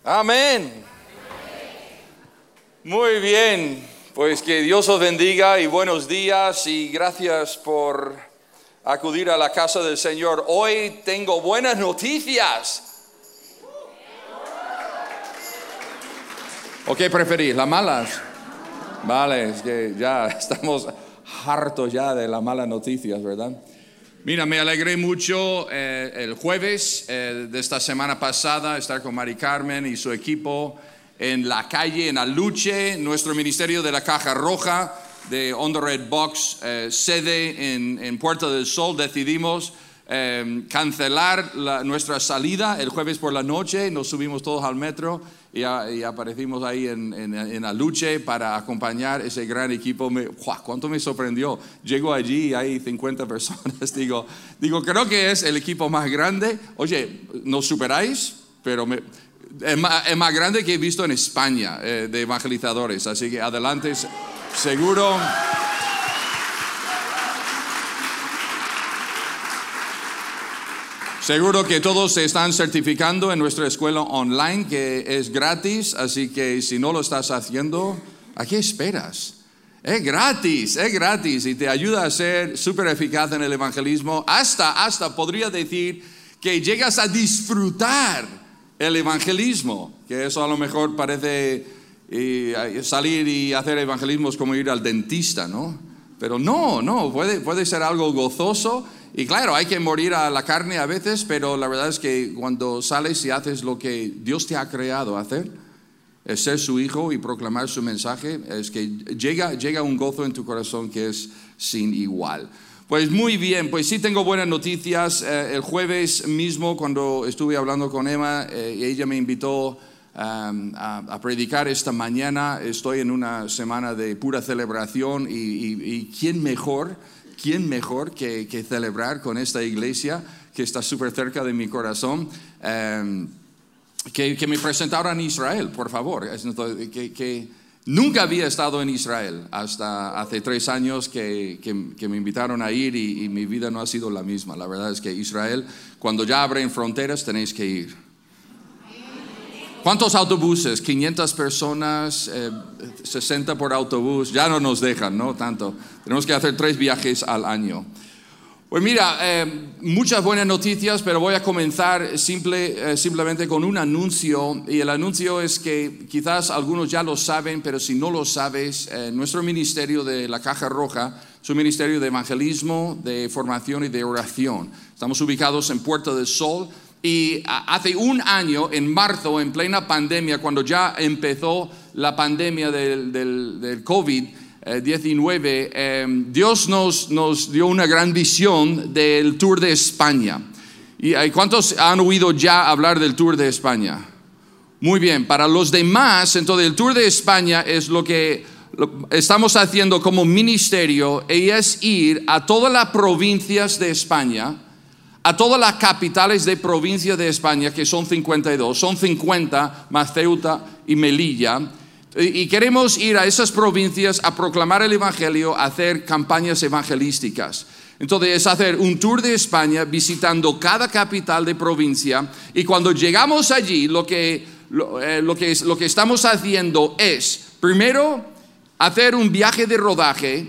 Amén. Muy bien, pues que Dios os bendiga y buenos días y gracias por acudir a la casa del Señor. Hoy tengo buenas noticias. ¿O qué preferís, las malas? Vale, es que ya estamos hartos ya de las malas noticias, ¿verdad? Mira, me alegré mucho el jueves de esta semana pasada estar con Mari Carmen y su equipo en la calle, en Aluche, nuestro ministerio de la Caja Roja de On the Red Box, sede en Puerta del Sol. Decidimos cancelar nuestra salida el jueves por la noche, nos subimos todos al metro y aparecimos ahí en Aluche para acompañar ese gran equipo. ¿Cuánto me sorprendió? Llego allí y hay 50 personas. Digo, creo que es el equipo más grande. Oye, ¿nos superáis? Pero es más grande que he visto en España de evangelizadores. Así que adelante, seguro. Seguro que todos se están certificando en nuestra escuela online, que es gratis, así que si no lo estás haciendo, ¿a qué esperas? Es gratis y te ayuda a ser súper eficaz en el evangelismo. Hasta podría decir que llegas a disfrutar el evangelismo, que eso a lo mejor parece salir y hacer evangelismo es como ir al dentista, ¿no? Pero no, puede ser algo gozoso. Y claro, hay que morir a la carne a veces, pero la verdad es que cuando sales y haces lo que Dios te ha creado hacer, es ser su hijo y proclamar su mensaje, es que llega un gozo en tu corazón que es sin igual. Pues muy bien, pues sí tengo buenas noticias. El jueves mismo, cuando estuve hablando con Emma, ella me invitó a predicar esta mañana. Estoy en una semana de pura celebración y ¿quién mejor que celebrar con esta iglesia que está súper cerca de mi corazón? Que me presentaran en Israel, por favor. Que nunca había estado en Israel hasta hace 3 años que me invitaron a ir y mi vida no ha sido la misma. La verdad es que Israel, cuando ya abren fronteras, tenéis que ir. ¿Cuántos autobuses? 500 personas, 60 por autobús. Ya no nos dejan, ¿no? Tanto. Tenemos que hacer 3 viajes al año. Pues mira, muchas buenas noticias, pero voy a comenzar simplemente con un anuncio. Y el anuncio es que quizás algunos ya lo saben, pero si no lo sabes, nuestro ministerio de la Caja Roja es un ministerio de evangelismo, de formación y de oración. Estamos ubicados en Puerta del Sol. Y hace un año, en marzo, en plena pandemia, cuando ya empezó la pandemia del COVID-19, Dios nos dio una gran visión del Tour de España. ¿Y cuántos han oído ya hablar del Tour de España? Muy bien, para los demás, entonces el Tour de España es lo que estamos haciendo como ministerio, y es ir a todas las provincias de España, a todas las capitales de provincia de España, que son 52, son 50 más Ceuta y Melilla, y queremos ir a esas provincias a proclamar el evangelio, a hacer campañas evangelísticas. Entonces es hacer un tour de España visitando cada capital de provincia, y cuando llegamos allí lo que estamos haciendo es, primero, hacer un viaje de rodaje,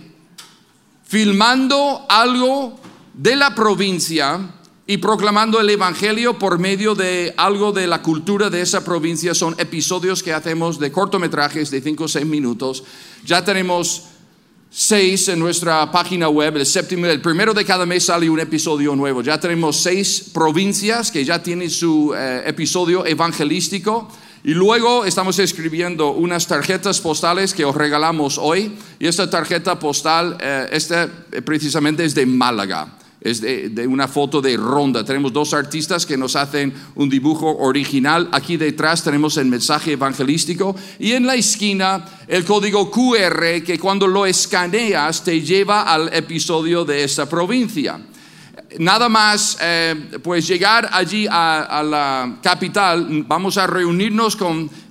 filmando algo de la provincia y proclamando el evangelio por medio de algo de la cultura de esa provincia. Son episodios que hacemos de cortometrajes de 5 o 6 minutos. Ya tenemos 6 en nuestra página web. El primero de cada mes sale un episodio nuevo. Ya tenemos 6 provincias que ya tienen su episodio evangelístico. Y luego estamos escribiendo unas tarjetas postales que os regalamos hoy. Y esta tarjeta postal, precisamente es de Málaga. Es de una foto de Ronda. Tenemos 2 artistas que nos hacen un dibujo original. Aquí detrás tenemos el mensaje evangelístico. Y en la esquina el código QR, que cuando lo escaneas te lleva al episodio de esta provincia. Nada más pues llegar allí a la capital, vamos a reunirnos con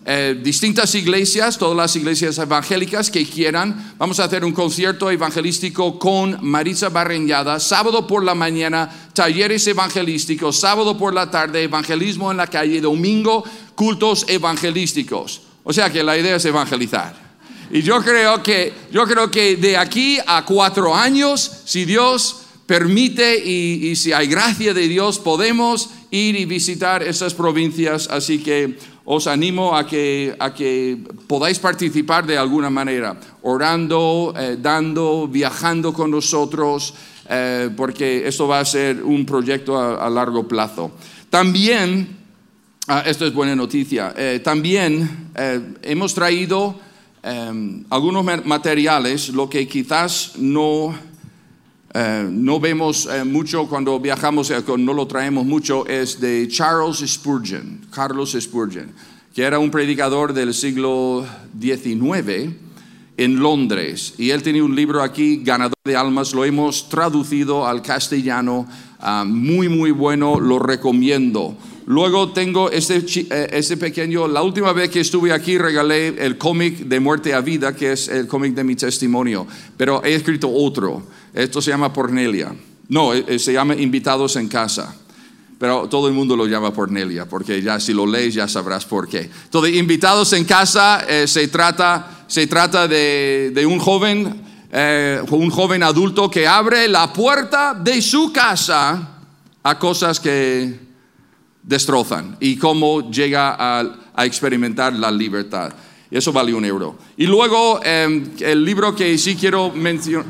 distintas iglesias, todas las iglesias evangélicas que quieran. Vamos a hacer un concierto evangelístico con Maritza Barreñada, sábado por la mañana, talleres evangelísticos, sábado por la tarde, evangelismo en la calle, domingo, cultos evangelísticos. O sea que la idea es evangelizar. Y yo creo que de aquí a 4 años, si Dios permite y si hay gracia de Dios, podemos ir y visitar esas provincias. Así que os animo a que podáis participar de alguna manera, orando, dando, viajando con nosotros, porque esto va a ser un proyecto a largo plazo. También, esto es buena noticia, también hemos traído algunos materiales, lo que quizás no vemos mucho cuando viajamos, no lo traemos mucho, es de Carlos Spurgeon, que era un predicador del siglo XIX en Londres. Y él tenía un libro aquí, Ganador de Almas, lo hemos traducido al castellano, muy muy bueno, lo recomiendo. Luego tengo este pequeño, la última vez que estuve aquí regalé el cómic de Muerte a Vida, que es el cómic de mi testimonio, pero he escrito otro. Esto se llama Pornelia. No, se llama Invitados en Casa. Pero todo el mundo lo llama Pornelia, porque ya si lo lees ya sabrás por qué. Entonces, Invitados en Casa se trata de un joven adulto que abre la puerta de su casa a cosas que destrozan y cómo llega a experimentar la libertad. Y eso vale €1. Y luego el libro que sí quiero mencionar.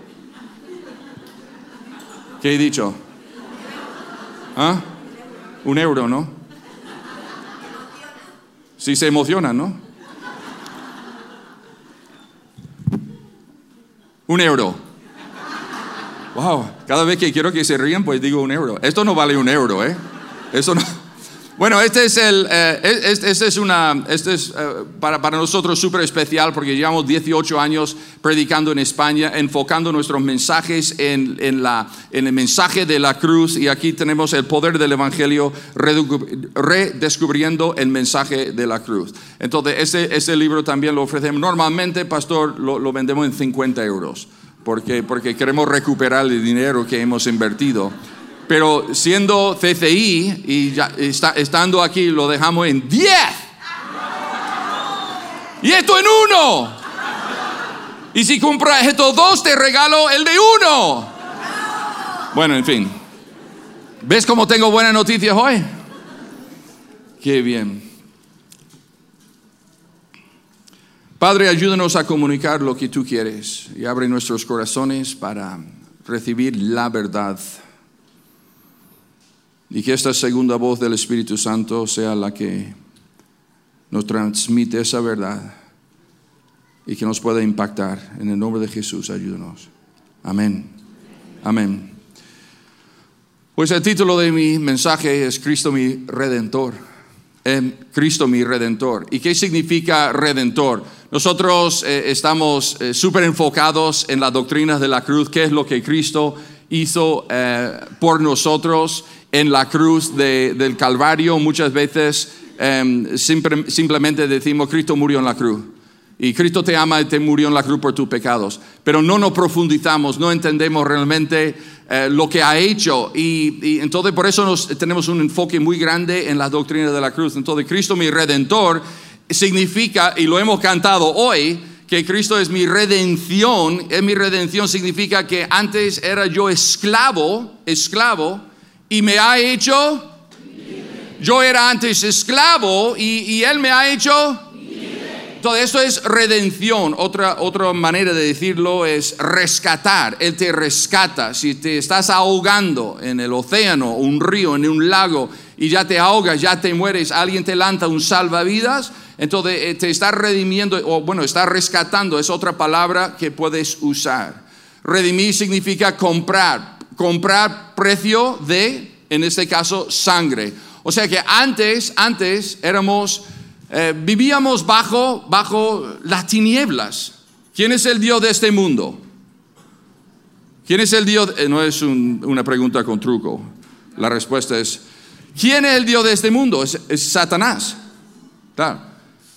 ¿Qué he dicho? ¿Ah? €1, ¿no? Sí se emocionan, ¿no? €1. Wow, cada vez que quiero que se rían, pues digo €1. Esto no vale €1, ¿eh? Eso no. Bueno, este es para nosotros súper especial porque llevamos 18 años predicando en España, enfocando nuestros mensajes en el mensaje de la cruz, y aquí tenemos el poder del evangelio redescubriendo el mensaje de la cruz. Entonces, ese libro también lo ofrecemos. Normalmente, pastor, lo vendemos en €50 porque queremos recuperar el dinero que hemos invertido. Pero siendo CCI y ya estando aquí, lo dejamos en 10. Y esto en 1. Y si compras estos 2, te regalo el de 1. Bueno, en fin. ¿Ves cómo tengo buenas noticias hoy? Qué bien. Padre, ayúdanos a comunicar lo que tú quieres y abre nuestros corazones para recibir la verdad. Y que esta segunda voz del Espíritu Santo sea la que nos transmite esa verdad y que nos pueda impactar. En el nombre de Jesús, ayúdanos. Amén. Amén. Pues el título de mi mensaje es Cristo mi Redentor. Cristo mi Redentor. ¿Y qué significa Redentor? Nosotros estamos súper enfocados en las doctrinas de la cruz. ¿Qué es lo que Cristo hizo por nosotros en la cruz del Calvario? Muchas veces simplemente decimos Cristo murió en la cruz y Cristo te ama y te murió en la cruz por tus pecados, pero no nos profundizamos, no entendemos realmente lo que ha hecho, y entonces por eso tenemos un enfoque muy grande en las doctrinas de la cruz. Entonces Cristo mi Redentor significa, y lo hemos cantado hoy, que Cristo es mi redención. Mi redención significa que antes era yo esclavo, y me ha hecho, yo era antes esclavo y Él me ha hecho. Entonces esto es redención. Otra manera de decirlo es rescatar. Él te rescata. Si te estás ahogando en el océano, un río, en un lago, y ya te ahogas, ya te mueres, alguien te lanza un salvavidas, entonces te está redimiendo, o bueno, está rescatando. Es otra palabra que puedes usar. Redimir significa comprar precio de, en este caso, sangre. O sea que antes éramos, vivíamos bajo las tinieblas. ¿Quién es el Dios de este mundo? ¿Quién es el Dios? No es una pregunta con truco. La respuesta es, ¿quién es el Dios de este mundo? Es Satanás. Claro.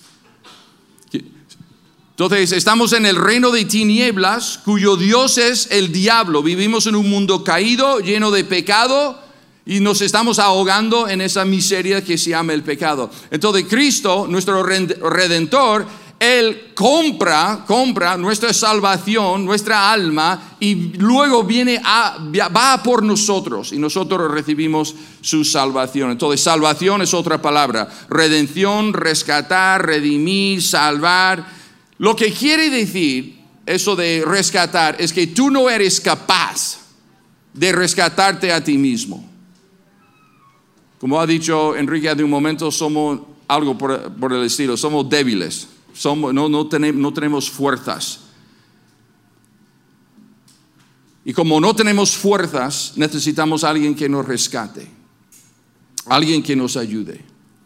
Entonces, estamos en el reino de tinieblas, cuyo Dios es el diablo. Vivimos en un mundo caído, lleno de pecado, y nos estamos ahogando en esa miseria que se llama el pecado. Entonces, Cristo, nuestro Redentor, Él compra nuestra salvación, nuestra alma, y luego va por nosotros, y nosotros recibimos su salvación. Entonces, salvación es otra palabra. Redención, rescatar, redimir, salvar. Lo que quiere decir eso de rescatar es que tú no eres capaz de rescatarte a ti mismo. Como ha dicho Enrique hace un momento, somos algo por el estilo, somos débiles, no tenemos fuerzas. Y como no tenemos fuerzas, necesitamos a alguien que nos rescate, alguien que nos ayude.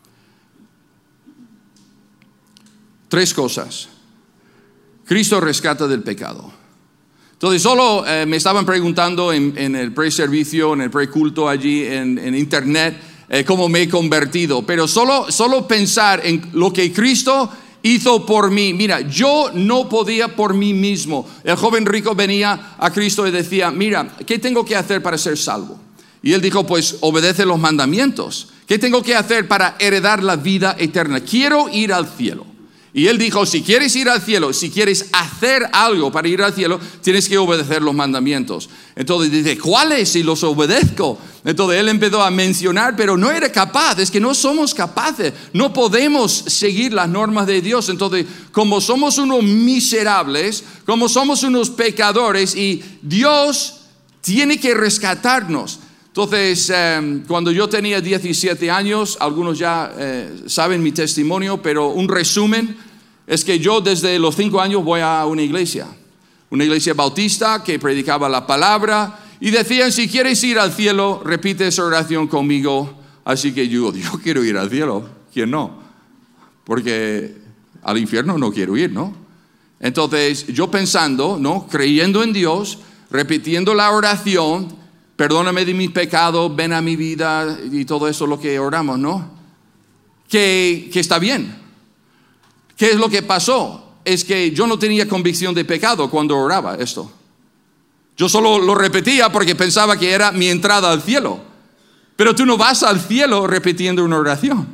3 cosas. Cristo rescata del pecado. Entonces solo me estaban preguntando en el preservicio, en el preculto allí en internet, cómo me he convertido. Pero solo pensar en lo que Cristo hizo por mí. Mira, yo no podía por mí mismo. El joven rico venía a Cristo y decía, mira, ¿qué tengo que hacer para ser salvo? Y él dijo, pues obedece los mandamientos. ¿Qué tengo que hacer para heredar la vida eterna? Quiero ir al cielo. Y él dijo, si quieres ir al cielo, si quieres hacer algo para ir al cielo, tienes que obedecer los mandamientos. Entonces dice, ¿cuáles? Y los obedezco. Entonces él empezó a mencionar, pero no era capaz. Es que no somos capaces. No podemos seguir las normas de Dios. Entonces, como somos unos miserables, como somos unos pecadores, y Dios tiene que rescatarnos. Entonces, cuando yo tenía 17 años, algunos ya saben mi testimonio, pero un resumen es que yo desde los 5 años voy a una iglesia bautista que predicaba la palabra, y decían, si quieres ir al cielo, repite esa oración conmigo. Así que yo quiero ir al cielo, ¿quién no? Porque al infierno no quiero ir, ¿no? Entonces, yo pensando, ¿no? Creyendo en Dios, repitiendo la oración, perdóname de mis pecados, ven a mi vida, y todo eso lo que oramos, ¿no? Que está bien. ¿Qué es lo que pasó? Es que yo no tenía convicción de pecado cuando oraba esto. Yo solo lo repetía porque pensaba que era mi entrada al cielo. Pero tú no vas al cielo repitiendo una oración.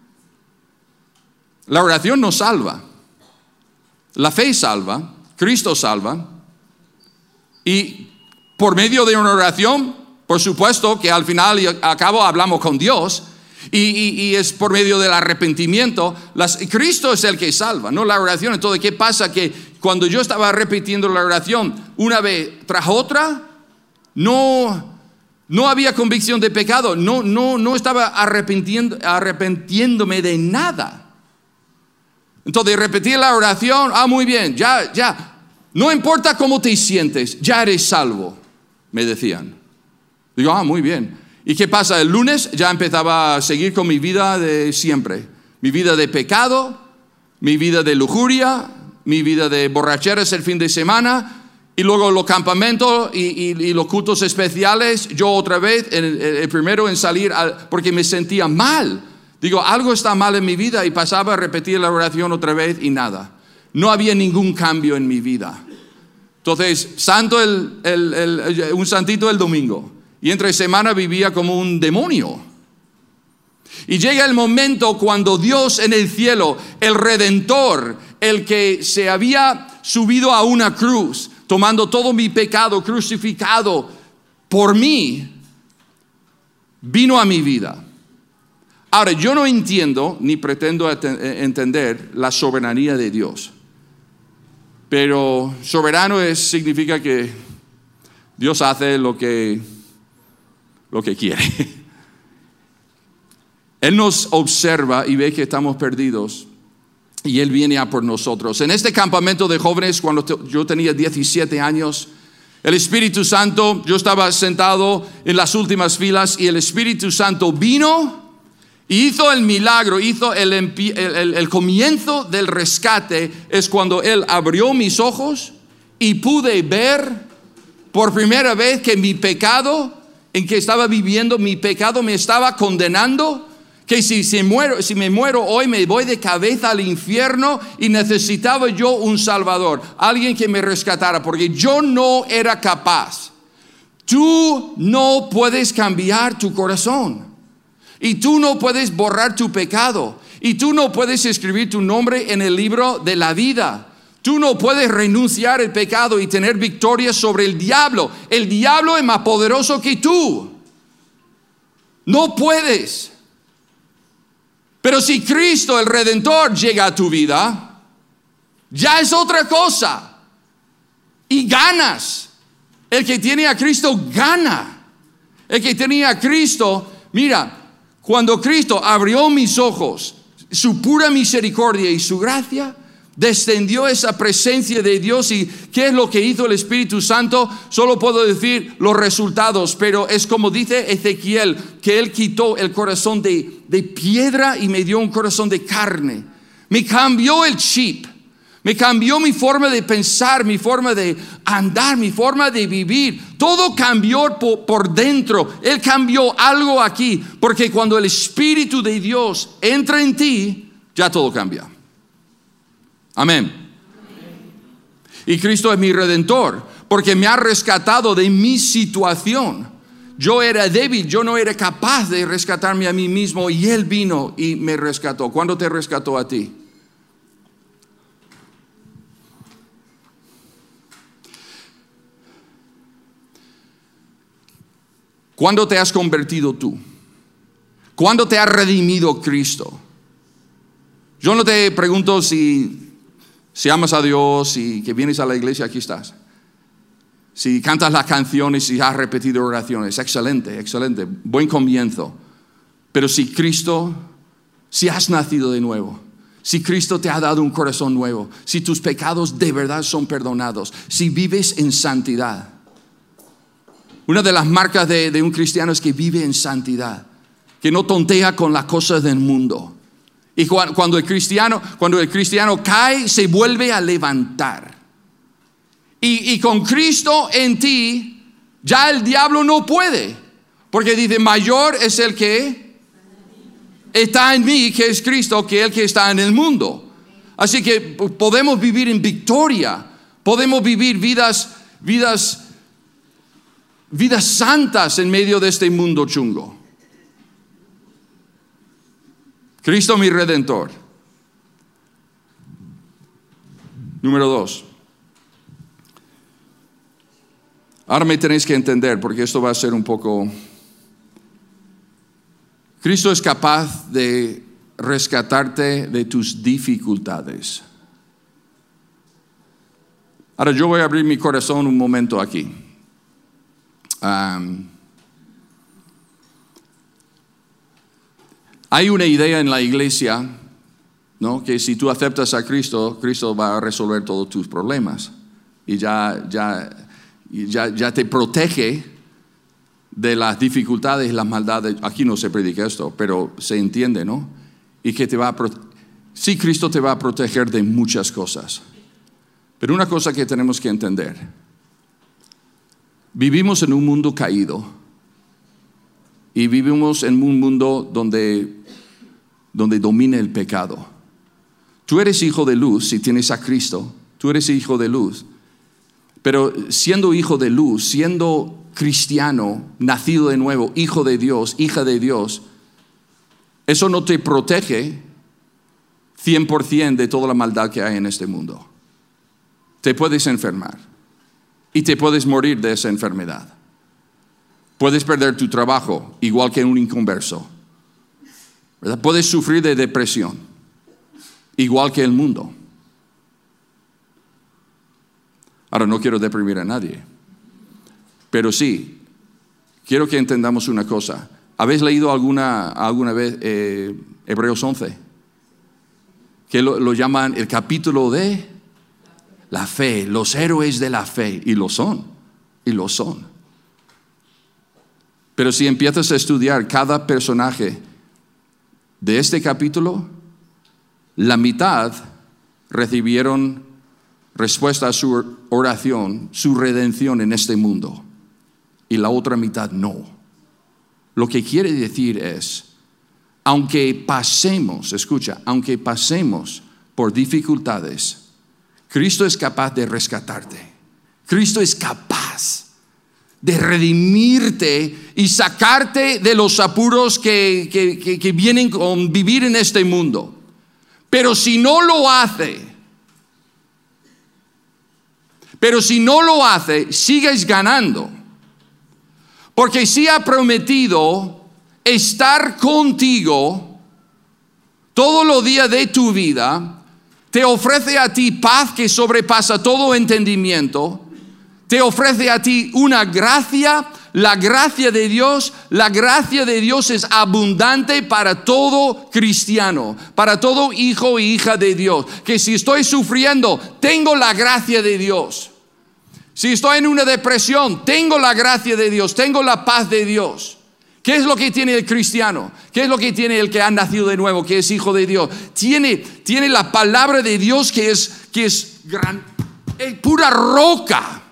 La oración no salva. La fe salva, Cristo salva, y por medio de una oración, por supuesto que al final y al cabo hablamos con Dios, y es por medio del arrepentimiento. Cristo es el que salva, no la oración. Entonces, ¿qué pasa? Que cuando yo estaba repitiendo la oración una vez tras otra, no había convicción de pecado, no estaba arrepentiéndome de nada. Entonces repetí la oración, muy bien, ya, no importa cómo te sientes, ya eres salvo, me decían. Digo, muy bien. ¿Y qué pasa? El lunes ya empezaba a seguir con mi vida de siempre. Mi vida de pecado, mi vida de lujuria, mi vida de borracheras el fin de semana, y luego los campamentos y los cultos especiales. Yo otra vez, el primero en salir, porque me sentía mal. Digo, algo está mal en mi vida, y pasaba a repetir la oración otra vez y nada. No había ningún cambio en mi vida. Entonces, un santito el domingo, y entre semana vivía como un demonio. Y llega el momento cuando Dios en el cielo, el Redentor, el que se había subido a una cruz, tomando todo mi pecado, crucificado por mí, vino a mi vida. Ahora, yo no entiendo ni pretendo entender la soberanía de Dios. Pero soberano significa que Dios hace lo que quiere. Él nos observa y ve que estamos perdidos, y Él viene a por nosotros. En este campamento de jóvenes, cuando yo tenía 17 años, el Espíritu Santo, yo estaba sentado en las últimas filas, y el Espíritu Santo vino y hizo el milagro, hizo el comienzo del rescate. Es cuando Él abrió mis ojos y pude ver por primera vez que mi pecado, en que estaba viviendo, mi pecado me estaba condenando, Que si me muero hoy me voy de cabeza al infierno y necesitaba yo un salvador, alguien que me rescatara, porque yo no era capaz. Tú no puedes cambiar tu corazón y tú no puedes borrar tu pecado y tú no puedes escribir tu nombre en el libro de la vida. Tú no puedes renunciar al pecado y tener victoria sobre el diablo. El diablo es más poderoso que tú. No puedes. Pero si Cristo, el Redentor, llega a tu vida, ya es otra cosa. Y ganas. El que tiene a Cristo gana. El que tenía a Cristo, mira, cuando Cristo abrió mis ojos, su pura misericordia y su gracia, descendió esa presencia de Dios. ¿Y qué es lo que hizo el Espíritu Santo? Solo puedo decir los resultados, pero es como dice Ezequiel, que Él quitó el corazón de piedra y me dio un corazón de carne. Me cambió el chip, me cambió mi forma de pensar, mi forma de andar, mi forma de vivir. Todo cambió por dentro. Él cambió algo aquí, porque cuando el Espíritu de Dios entra en ti, ya todo cambia. Amén. Y Cristo es mi Redentor, porque me ha rescatado de mi situación. Yo era débil, yo no era capaz de rescatarme a mí mismo y Él vino y me rescató. ¿Cuándo te rescató a ti? ¿Cuándo te has convertido tú? ¿Cuándo te ha redimido Cristo? Yo no te pregunto si amas a Dios y que vienes a la iglesia, aquí estás. Si cantas las canciones, si has repetido oraciones, excelente, excelente, buen comienzo. Pero si has nacido de nuevo, si Cristo te ha dado un corazón nuevo, si tus pecados de verdad son perdonados, si vives en santidad. Una de las marcas de un cristiano es que vive en santidad, que no tontea con las cosas del mundo. Y cuando el cristiano cae, se vuelve a levantar. Y con Cristo en ti, ya el diablo no puede. Porque dice, mayor es el que está en mí, que es Cristo, que el que está en el mundo. Así que podemos vivir en victoria. Podemos vivir vidas santas en medio de este mundo chungo. Cristo mi Redentor. Número 2. Ahora me tenéis que entender, porque esto va a ser un poco... Cristo es capaz de rescatarte de tus dificultades. Ahora yo voy a abrir mi corazón un momento aquí. Hay una idea en la iglesia, ¿no? Que si tú aceptas a Cristo, Cristo va a resolver todos tus problemas. Y ya te protege de las dificultades y las maldades. Aquí no se predica esto, pero se entiende, ¿no? Y que sí, Cristo te va a proteger de muchas cosas. Pero una cosa que tenemos que entender. Vivimos en un mundo caído. Y vivimos en un mundo donde domina el pecado. Tú eres hijo de luz si tienes a Cristo. Tú eres hijo de luz. Pero siendo hijo de luz, siendo cristiano, nacido de nuevo, hijo de Dios, hija de Dios, eso no te protege 100% de toda la maldad que hay en este mundo. Te puedes enfermar y te puedes morir de esa enfermedad. Puedes perder tu trabajo, igual que un inconverso, ¿verdad? Puedes sufrir de depresión, igual que el mundo. Ahora, no quiero deprimir a nadie, pero sí, quiero que entendamos una cosa. ¿Habéis leído alguna vez Hebreos 11? Que lo llaman el capítulo de la fe, los héroes de la fe, y lo son. Pero si empiezas a estudiar cada personaje de este capítulo, la mitad recibieron respuesta a su oración, su redención en este mundo, y la otra mitad no. Lo que quiere decir es, aunque pasemos, escucha, aunque pasemos por dificultades, Cristo es capaz de rescatarte. Cristo es capaz de redimirte y sacarte de los apuros que vienen con vivir en este mundo. Pero si no lo hace, sigues ganando. Porque si ha prometido estar contigo todos los días de tu vida, te ofrece a ti paz que sobrepasa todo entendimiento, te ofrece a ti una gracia, la gracia de Dios es abundante para todo cristiano, para todo hijo e hija de Dios. Que si estoy sufriendo, tengo la gracia de Dios. Si estoy en una depresión, tengo la gracia de Dios, tengo la paz de Dios. ¿Qué es lo que tiene el cristiano? ¿Qué es lo que tiene el que ha nacido de nuevo, que es hijo de Dios? Tiene la palabra de Dios que es gran, pura roca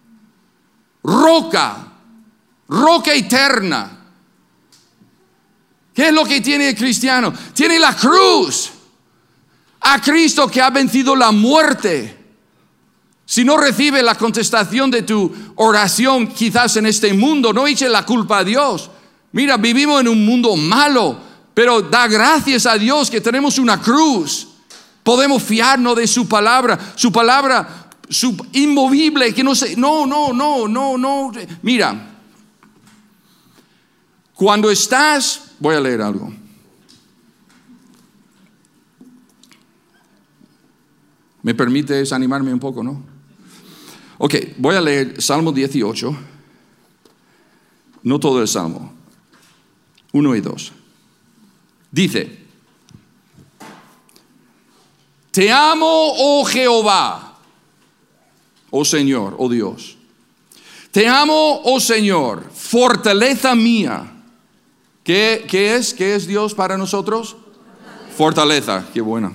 eterna. ¿Qué es lo que tiene el cristiano? Tiene la cruz, a Cristo que ha vencido la muerte. Si no recibe la contestación de tu oración quizás en este mundo, no eche la culpa a Dios. Mira, vivimos en un mundo malo, pero da gracias a Dios que tenemos una cruz. Podemos fiarnos de su palabra inmovible, que no sé, no. Mira, cuando estás, voy a leer algo. ¿Me permite desanimarme un poco, no? Ok, voy a leer Salmo 18. No todo el Salmo. 1 y 2. Dice: Te amo, oh Jehová, oh Señor, oh Dios. Te amo, oh Señor, fortaleza mía. ¿Qué es? ¿Qué es Dios para nosotros? Fortaleza, qué buena.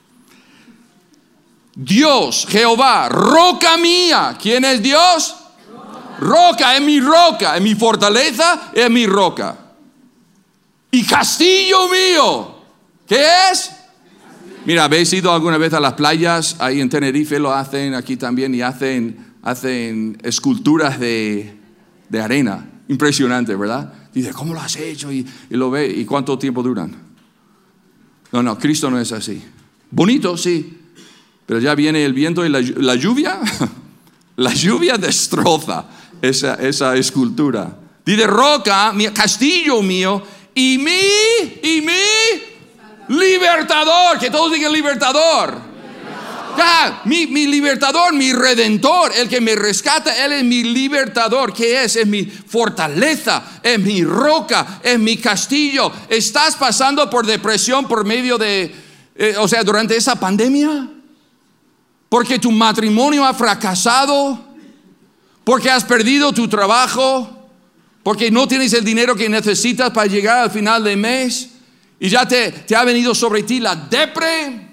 Dios, Jehová, roca mía. ¿Quién es Dios? Roca, es mi fortaleza, es mi roca. Y castillo mío. ¿Qué es? Mira, ¿habéis ido alguna vez a las playas? Ahí en Tenerife lo hacen, aquí también, y hacen esculturas de arena. Impresionante, ¿verdad? Dice, ¿cómo lo has hecho? Y lo ve, ¿y cuánto tiempo duran? No, Cristo no es así. Bonito, sí. Pero ya viene el viento y la lluvia. La lluvia destroza esa escultura. Dice, roca, castillo mío, y mi libertador. Que todos digan libertador. Mi libertador, mi redentor, el que me rescata, Él es mi libertador. ¿Qué es? Es mi fortaleza, es mi roca, es mi castillo. ¿Estás pasando por depresión por medio de, durante esa pandemia? Porque tu matrimonio ha fracasado, porque has perdido tu trabajo, porque no tienes el dinero que necesitas para llegar al final del mes y ya te ha venido sobre ti la depre.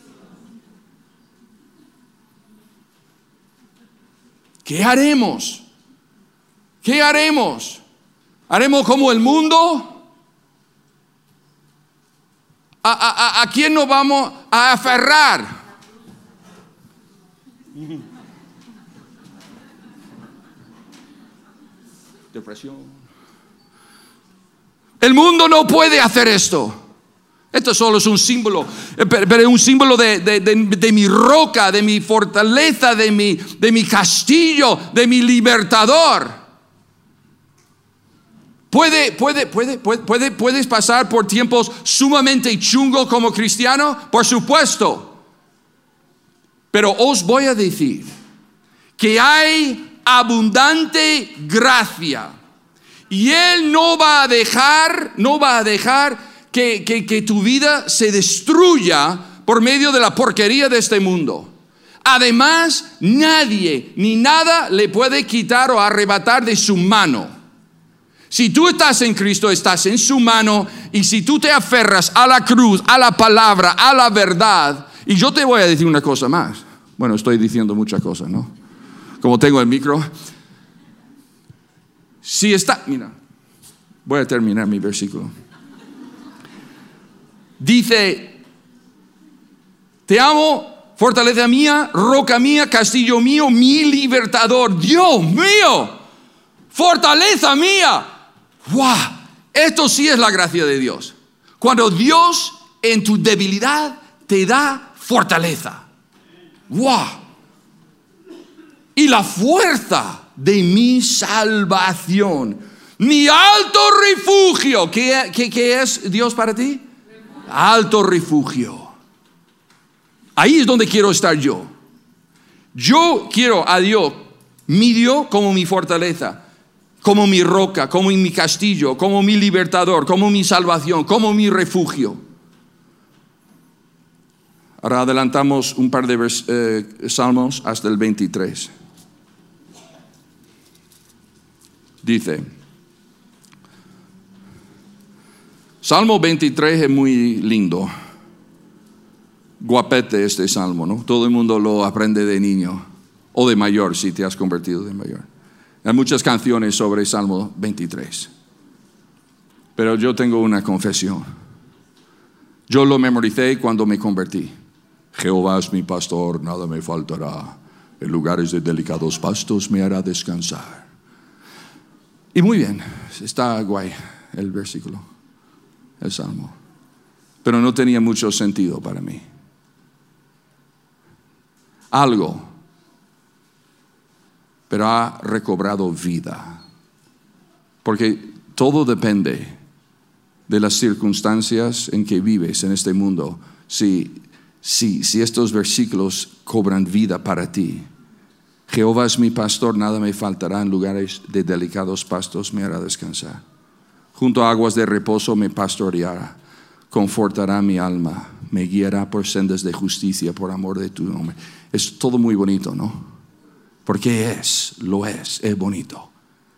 ¿Qué haremos? ¿Qué haremos? ¿Haremos como el mundo? ¿A quién nos vamos a aferrar? Depresión. El mundo no puede hacer esto. Esto solo es un símbolo, pero es un símbolo de mi roca, de mi fortaleza, de mi castillo, de mi libertador. ¿Puedes pasar por tiempos sumamente chungos como cristiano? Por supuesto. Pero os voy a decir que hay abundante gracia. Y Él no va a dejar que tu vida se destruya por medio de la porquería de este mundo. Además, nadie ni nada le puede quitar o arrebatar de su mano. Si tú estás en Cristo, estás en su mano. Y si tú te aferras a la cruz, a la palabra, a la verdad. Y yo te voy a decir una cosa más. Bueno, estoy diciendo muchas cosas, ¿no? Como tengo el micro. Mira, voy a terminar mi versículo. Dice, te amo, fortaleza mía, roca mía, castillo mío, mi libertador. Dios mío, fortaleza mía. ¡Wow! Esto sí es la gracia de Dios. Cuando Dios en tu debilidad te da fortaleza. ¡Wow! Y la fuerza de mi salvación, mi alto refugio. ¿Qué es Dios para ti? Alto refugio. Ahí es donde quiero estar yo. Yo quiero a Dios, mi Dios, como mi fortaleza, como mi roca, como mi castillo, como mi libertador, como mi salvación, como mi refugio. Ahora adelantamos un par de salmos hasta el 23. Dice, Salmo 23 es muy lindo. Guapete este salmo, ¿no? Todo el mundo lo aprende de niño o de mayor si te has convertido de mayor. Hay muchas canciones sobre Salmo 23. Pero yo tengo una confesión. Yo lo memoricé cuando me convertí. Jehová es mi pastor, nada me faltará. En lugares de delicados pastos me hará descansar. Y muy bien, está guay el versículo, el salmo. Pero no tenía mucho sentido para mí. Algo, pero ha recobrado vida. Porque todo depende de las circunstancias en que vives en este mundo. Si estos versículos cobran vida para ti. Jehová es mi pastor, nada me faltará. En lugares de delicados pastos me hará descansar. Junto a aguas de reposo me pastoreará. Confortará mi alma. Me guiará por sendas de justicia por amor de tu nombre. Es todo muy bonito, ¿no? Porque lo es bonito.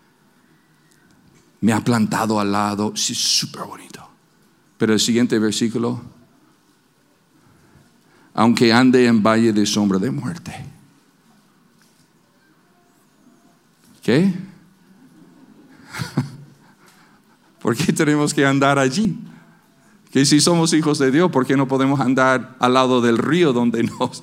Me ha plantado al lado, sí, súper bonito. Pero el siguiente versículo, aunque ande en valle de sombra de muerte. ¿Qué? ¿Por qué tenemos que andar allí? Que si somos hijos de Dios, ¿por qué no podemos andar al lado del río donde nos...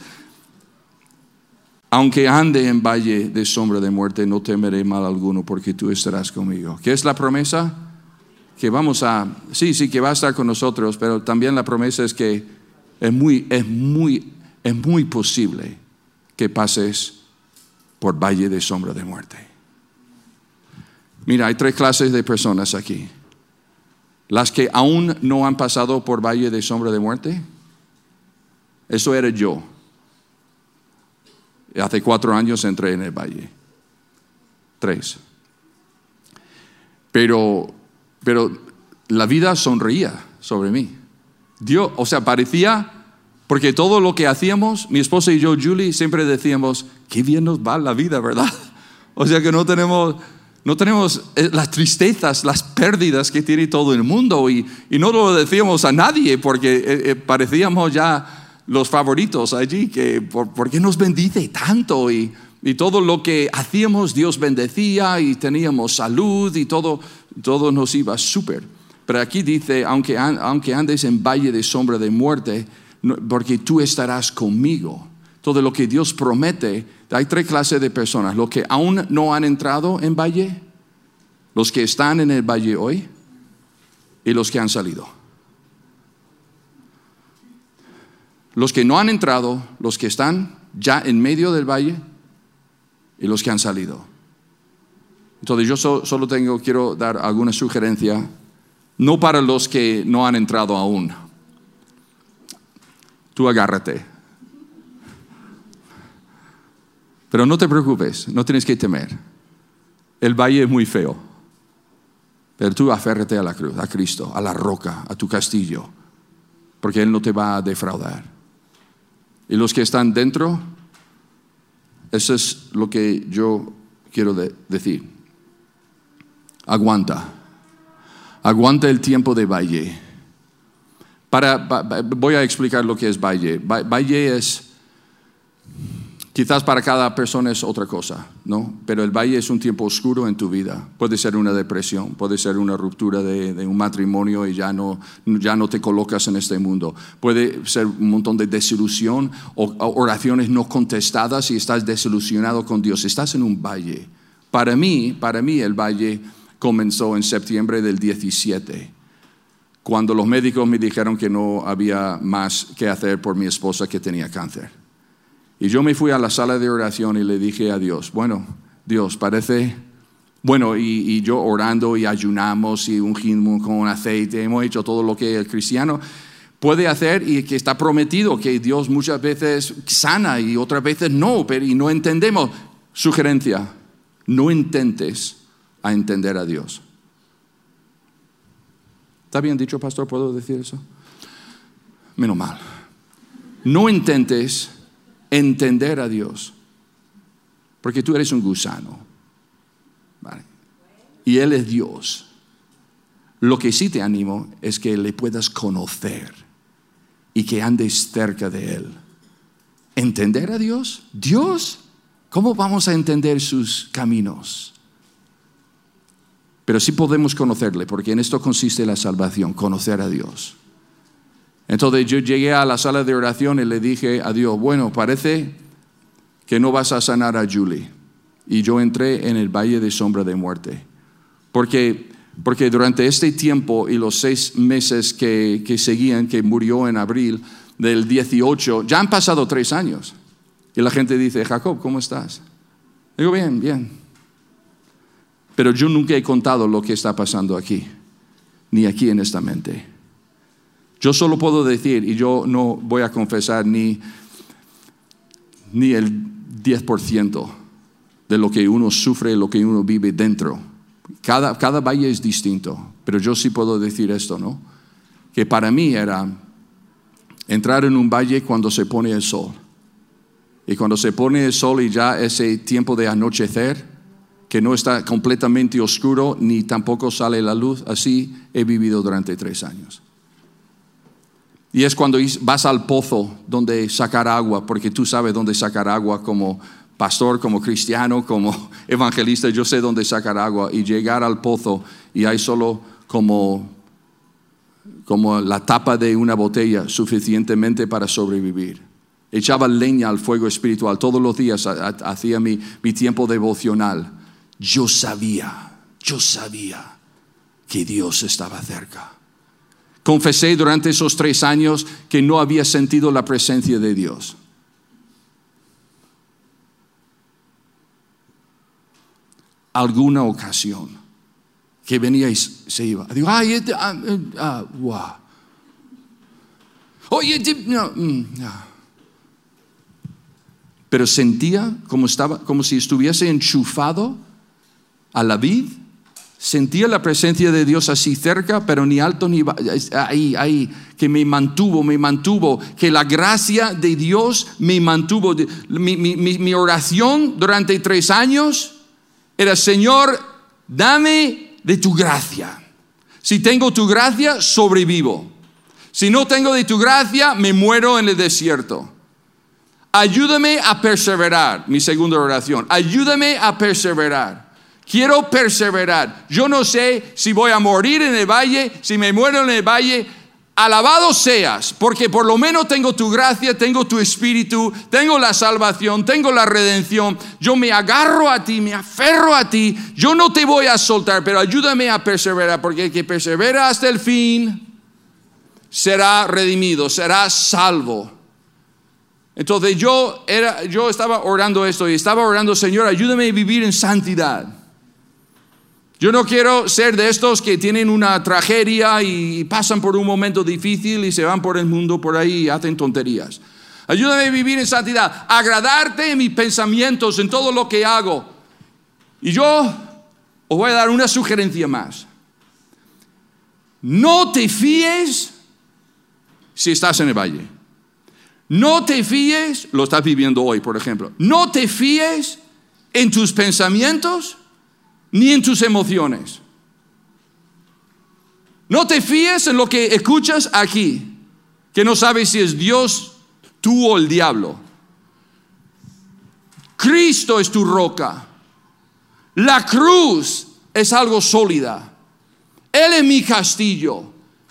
Aunque ande en valle de sombra de muerte, no temeré mal alguno porque tú estarás conmigo. ¿Qué es la promesa? Que vamos a... Sí, que va a estar con nosotros, pero también la promesa es que es muy posible que pases por valle de sombra de muerte. Mira, hay 3 clases de personas aquí. Las que aún no han pasado por valle de sombra de muerte. Eso era yo. Hace 4 años entré en el valle. 3. Pero la vida sonreía sobre mí. Dios, parecía, porque todo lo que hacíamos, mi esposa y yo, Julie, siempre decíamos, qué bien nos va la vida, ¿verdad? Que no tenemos las tristezas, las pérdidas que tiene todo el mundo y no lo decíamos a nadie porque parecíamos ya los favoritos allí, que ¿por qué nos bendice tanto? Y todo lo que hacíamos Dios bendecía y teníamos salud y todo nos iba súper. Pero aquí dice, aunque andes en valle de sombra de muerte, porque tú estarás conmigo. Todo lo que Dios promete. Hay 3 clases de personas: los que aún no han entrado en valle, los que están en el valle hoy y los que han salido. Los que no han entrado, los que están ya en medio del valle y los que han salido. Entonces yo solo quiero dar alguna sugerencia, no para los que no han entrado aún. Tú agárrate. Pero no te preocupes, no tienes que temer. El valle es muy feo. Pero tú aférrate a la cruz, a Cristo, a la roca, a tu castillo, porque Él no te va a defraudar. Y los que están dentro, eso es lo que yo quiero decir. Aguanta el tiempo de valle. Voy a explicar lo que es valle. Valle es Quizás para cada persona es otra cosa, ¿no? Pero el valle es un tiempo oscuro en tu vida. Puede ser una depresión, puede ser una ruptura de un matrimonio y ya no te colocas en este mundo. Puede ser un montón de desilusión o oraciones no contestadas y estás desilusionado con Dios. Estás en un valle. Para mí el valle comenzó en septiembre del 17, cuando los médicos me dijeron que no había más que hacer por mi esposa que tenía cáncer. Y yo me fui a la sala de oración y le dije a Dios, bueno, Dios, parece, bueno, y yo orando y ayunamos y ungimos con aceite, hemos hecho todo lo que el cristiano puede hacer y que está prometido, que Dios muchas veces sana y otras veces no, pero y no entendemos. Sugerencia, no intentes a entender a Dios. ¿Está bien dicho, pastor? ¿Puedo decir eso? Menos mal. No intentes entender a Dios, porque tú eres un gusano, ¿vale? Y Él es Dios. Lo que sí te animo es que le puedas conocer y que andes cerca de Él. ¿Entender a Dios? ¿Dios? ¿Cómo vamos a entender sus caminos? Pero sí podemos conocerle, porque en esto consiste la salvación, conocer a Dios. Entonces yo llegué a la sala de oración y le dije a Dios, bueno, parece que no vas a sanar a Julie. Y yo entré en el valle de sombra de muerte. Porque durante este tiempo y los 6 meses que seguían, que murió en abril del 18, ya han pasado 3 años. Y la gente dice, Jacob, ¿cómo estás? Digo, bien, bien. Pero yo nunca he contado lo que está pasando aquí, ni aquí en esta mente. Yo solo puedo decir, y yo no voy a confesar ni el 10% de lo que uno sufre, lo que uno vive dentro. Cada valle es distinto, pero yo sí puedo decir esto, ¿no? Que para mí era entrar en un valle cuando se pone el sol. Y cuando se pone el sol y ya ese tiempo de anochecer, que no está completamente oscuro, ni tampoco sale la luz, así he vivido durante 3 años. Y es cuando vas al pozo donde sacar agua, porque tú sabes dónde sacar agua como pastor, como cristiano, como evangelista. Yo sé dónde sacar agua y llegar al pozo y hay solo como la tapa de una botella suficientemente para sobrevivir. Echaba leña al fuego espiritual. Todos los días hacía mi tiempo devocional. Yo sabía que Dios estaba cerca. Confesé durante esos 3 años que no había sentido la presencia de Dios. Alguna ocasión que venía y se iba. Digo, wow. Oye, no. Pero sentía como si estuviese enchufado a la vid. Sentía la presencia de Dios así cerca, pero ni alto ni bajo, ahí, que me mantuvo, que la gracia de Dios me mantuvo. Mi oración durante 3 años era, Señor, dame de tu gracia. Si tengo tu gracia, sobrevivo. Si no tengo de tu gracia, me muero en el desierto. Ayúdame a perseverar, mi segunda oración. Ayúdame a perseverar. Quiero perseverar. Yo no sé si voy a morir en el valle, si me muero en el valle. Alabado seas, porque por lo menos tengo tu gracia, tengo tu espíritu, tengo la salvación, tengo la redención. Yo me agarro a ti, me aferro a ti. Yo no te voy a soltar, pero ayúdame a perseverar, porque el que persevera hasta el fin será redimido, será salvo. Entonces yo estaba orando esto y estaba orando, Señor, ayúdame a vivir en santidad. Yo no quiero ser de estos que tienen una tragedia y pasan por un momento difícil y se van por el mundo por ahí y hacen tonterías. Ayúdame a vivir en santidad, agradarte en mis pensamientos, en todo lo que hago. Y yo os voy a dar una sugerencia más. No te fíes si estás en el valle. No te fíes, lo estás viviendo hoy, por ejemplo. No te fíes en tus pensamientos ni en tus emociones. No te fíes en lo que escuchas aquí, que no sabes si es Dios, tú o el diablo. Cristo es tu roca. La cruz es algo sólida. Él es mi castillo.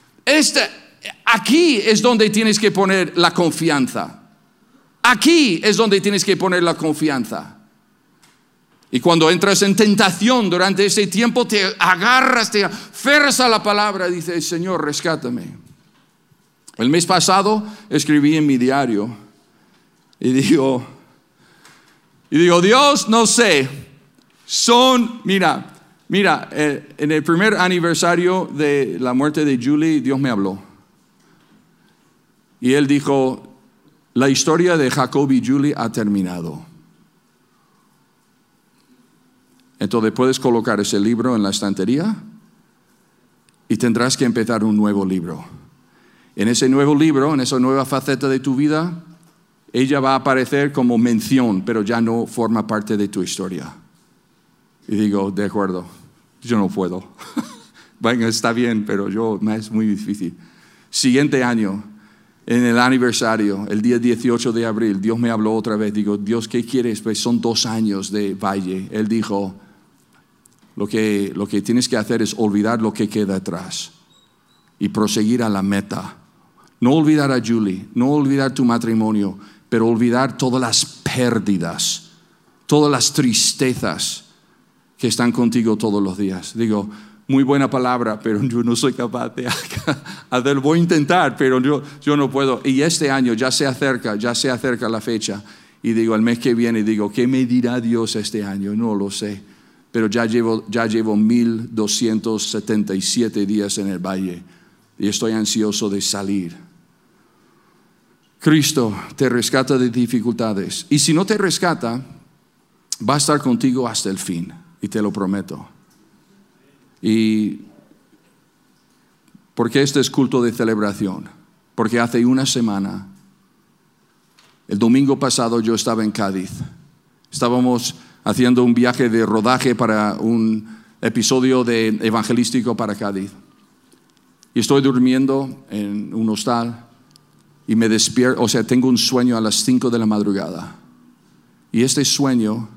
Aquí es donde tienes que poner la confianza. Aquí es donde tienes que poner la confianza. Y cuando entras en tentación durante ese tiempo, te agarras, te aferras a la palabra y dices, Señor, rescátame. El mes pasado escribí en mi diario y digo, Dios, no sé, mira, en el primer aniversario de la muerte de Julie, Dios me habló. Y Él dijo, la historia de Jacob y Julie ha terminado. Entonces puedes colocar ese libro en la estantería y tendrás que empezar un nuevo libro. En ese nuevo libro, en esa nueva faceta de tu vida, ella va a aparecer como mención, pero ya no forma parte de tu historia. Y digo, de acuerdo, yo no puedo. Venga, está bien, pero me es muy difícil. Siguiente año, en el aniversario, el día 18 de abril, Dios me habló otra vez. Digo, Dios, ¿qué quieres? Pues son 2 años de Valle. Él dijo, lo que tienes que hacer es olvidar lo que queda atrás y proseguir a la meta. No olvidar a Julie, no olvidar tu matrimonio, pero olvidar todas las pérdidas, todas las tristezas que están contigo todos los días. Digo, muy buena palabra, pero yo no soy capaz de hacerlo. Voy a intentar, pero yo no puedo. Y este año ya se acerca la fecha. Y digo, el mes que viene, digo, ¿qué me dirá Dios este año? No lo sé. Pero ya llevo 1277 días en el valle. Y estoy ansioso de salir. Cristo te rescata de dificultades. Y si no te rescata, va a estar contigo hasta el fin. Y te lo prometo. ¿Y por qué este es culto de celebración? Porque hace una semana, el domingo pasado, yo estaba en Cádiz. Estábamos haciendo un viaje de rodaje para un episodio evangelístico para Cádiz. Y estoy durmiendo en un hostal y me despierto, tengo un sueño a las 5 de la madrugada. Y este sueño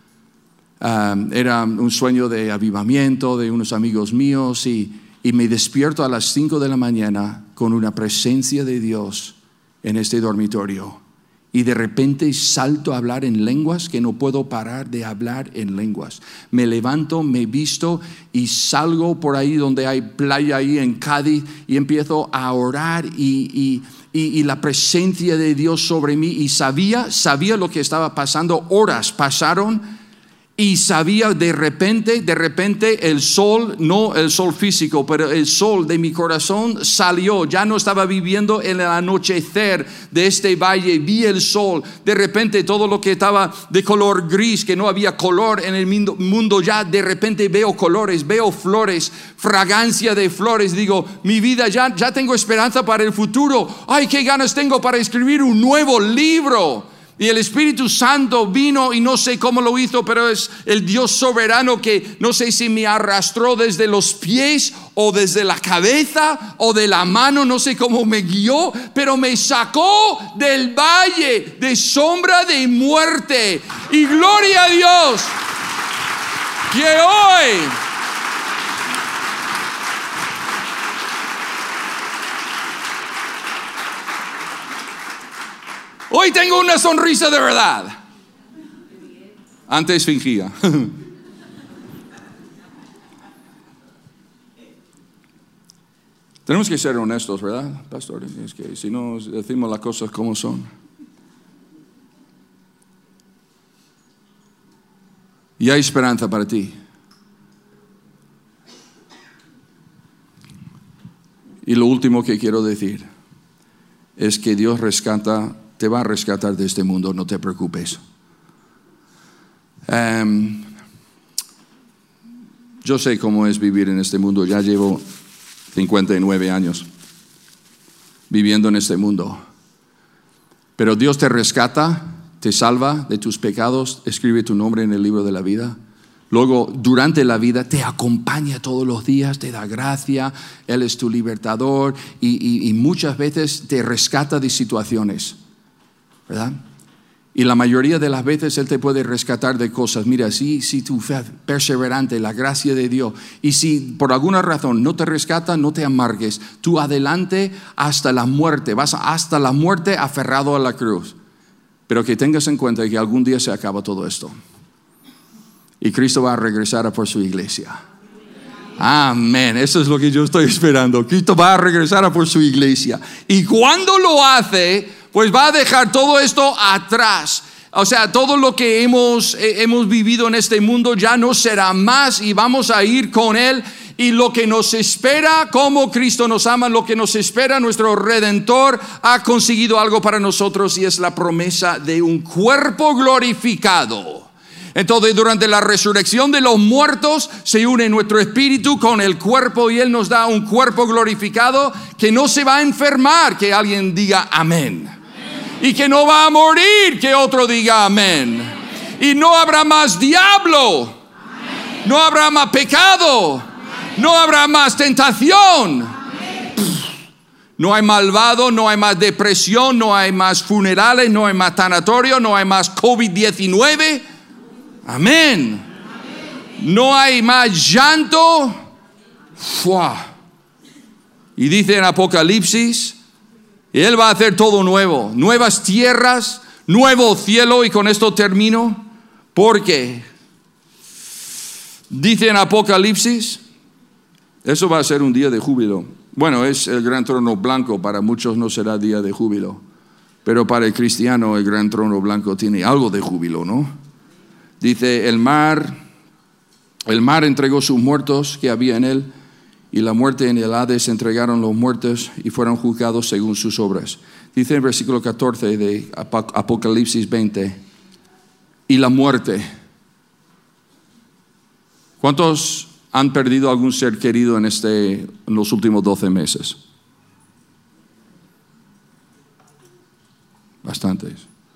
era un sueño de avivamiento de unos amigos míos y me despierto a las 5 de la mañana con una presencia de Dios en este dormitorio. Y de repente salto a hablar en lenguas que no puedo parar de hablar en lenguas. Me levanto, me visto y salgo por ahí donde hay playa ahí en Cádiz y empiezo a orar y la presencia de Dios sobre mí. Y sabía lo que estaba pasando. Horas pasaron y sabía de repente el sol, no el sol físico, pero el sol de mi corazón salió. Ya no estaba viviendo en el anochecer de este valle. Vi el sol. De repente todo lo que estaba de color gris, que no había color en el mundo, ya de repente veo colores, veo flores, fragancia de flores. Digo, mi vida ya tengo esperanza para el futuro. Ay, qué ganas tengo para escribir un nuevo libro. Y el Espíritu Santo vino y no sé cómo lo hizo, pero es el Dios soberano que no sé si me arrastró desde los pies o desde la cabeza o de la mano, no sé cómo me guió, pero me sacó del valle de sombra de muerte. Y gloria a Dios que hoy tengo una sonrisa de verdad. Antes fingía. Tenemos que ser honestos, ¿verdad, pastor? Es que si no decimos las cosas como son. Y hay esperanza para ti. Y lo último que quiero decir es que Dios te va a rescatar de este mundo, no te preocupes. Yo sé cómo es vivir en este mundo. Ya llevo 59 años viviendo en este mundo. Pero Dios te rescata, te salva de tus pecados, escribe tu nombre en el libro de la vida. Luego, durante la vida, te acompaña todos los días, te da gracia, Él es tu libertador y muchas veces te rescata de situaciones, ¿verdad? Y la mayoría de las veces Él te puede rescatar de cosas. Mira, si tu fe perseverante, la gracia de Dios. Y si por alguna razón no te rescata, no te amargues. Tú adelante hasta la muerte. Vas hasta la muerte aferrado a la cruz. Pero que tengas en cuenta que algún día se acaba todo esto. Y Cristo va a regresar a por su iglesia. Amén. Eso es lo que yo estoy esperando. Cristo va a regresar a por su iglesia. Y cuando lo hace, pues va a dejar todo esto atrás. O sea, todo lo que hemos vivido en este mundo ya no será más y vamos a ir con Él. Y lo que nos espera, como Cristo nos ama, lo que nos espera, nuestro Redentor ha conseguido algo para nosotros y es la promesa de un cuerpo glorificado. Entonces, durante la resurrección de los muertos se une nuestro espíritu con el cuerpo y Él nos da un cuerpo glorificado que no se va a enfermar, que alguien diga amén. Y que no va a morir, que otro diga amén. Y no habrá más diablo, no habrá más pecado, no habrá más tentación. No hay malvado, no hay más depresión, no hay más funerales, no hay más tanatorio, no hay más COVID-19. Amén. No hay más llanto. ¡Fua! Y dice en Apocalipsis, Él va a hacer todo nuevo, nuevas tierras, nuevo cielo. Y con esto termino, porque dice en Apocalipsis, eso va a ser un día de júbilo. Bueno, es el gran trono blanco, para muchos no será día de júbilo, pero para el cristiano el gran trono blanco tiene algo de júbilo, ¿no? Dice, el mar entregó sus muertos que había en él, y la muerte en el Hades entregaron los muertos y fueron juzgados según sus obras. Dice en versículo 14 de Apocalipsis 20, y la muerte. ¿Cuántos han perdido algún ser querido en los últimos 12 meses? Bastantes.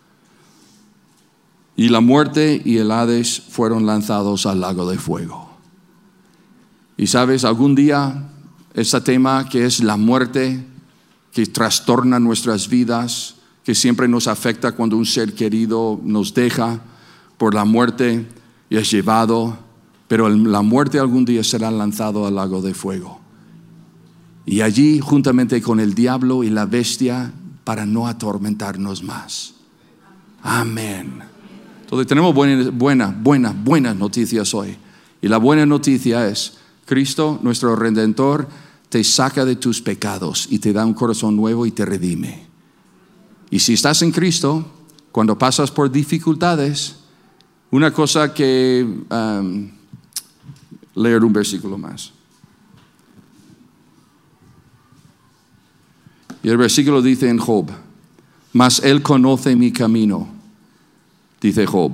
Y la muerte y el Hades fueron lanzados al lago de fuego. Y sabes, algún día este tema que es la muerte, que trastorna nuestras vidas, que siempre nos afecta cuando un ser querido nos deja por la muerte y es llevado, pero la muerte algún día será lanzado al lago de fuego. Y allí juntamente con el diablo y la bestia para no atormentarnos más. Amén. Entonces tenemos buenas noticias hoy. Y la buena noticia es, Cristo, nuestro Redentor, te saca de tus pecados y te da un corazón nuevo y te redime. Y si estás en Cristo, cuando pasas por dificultades, una cosa que... leer un versículo más. Y el versículo dice en Job, mas Él conoce mi camino. Dice Job,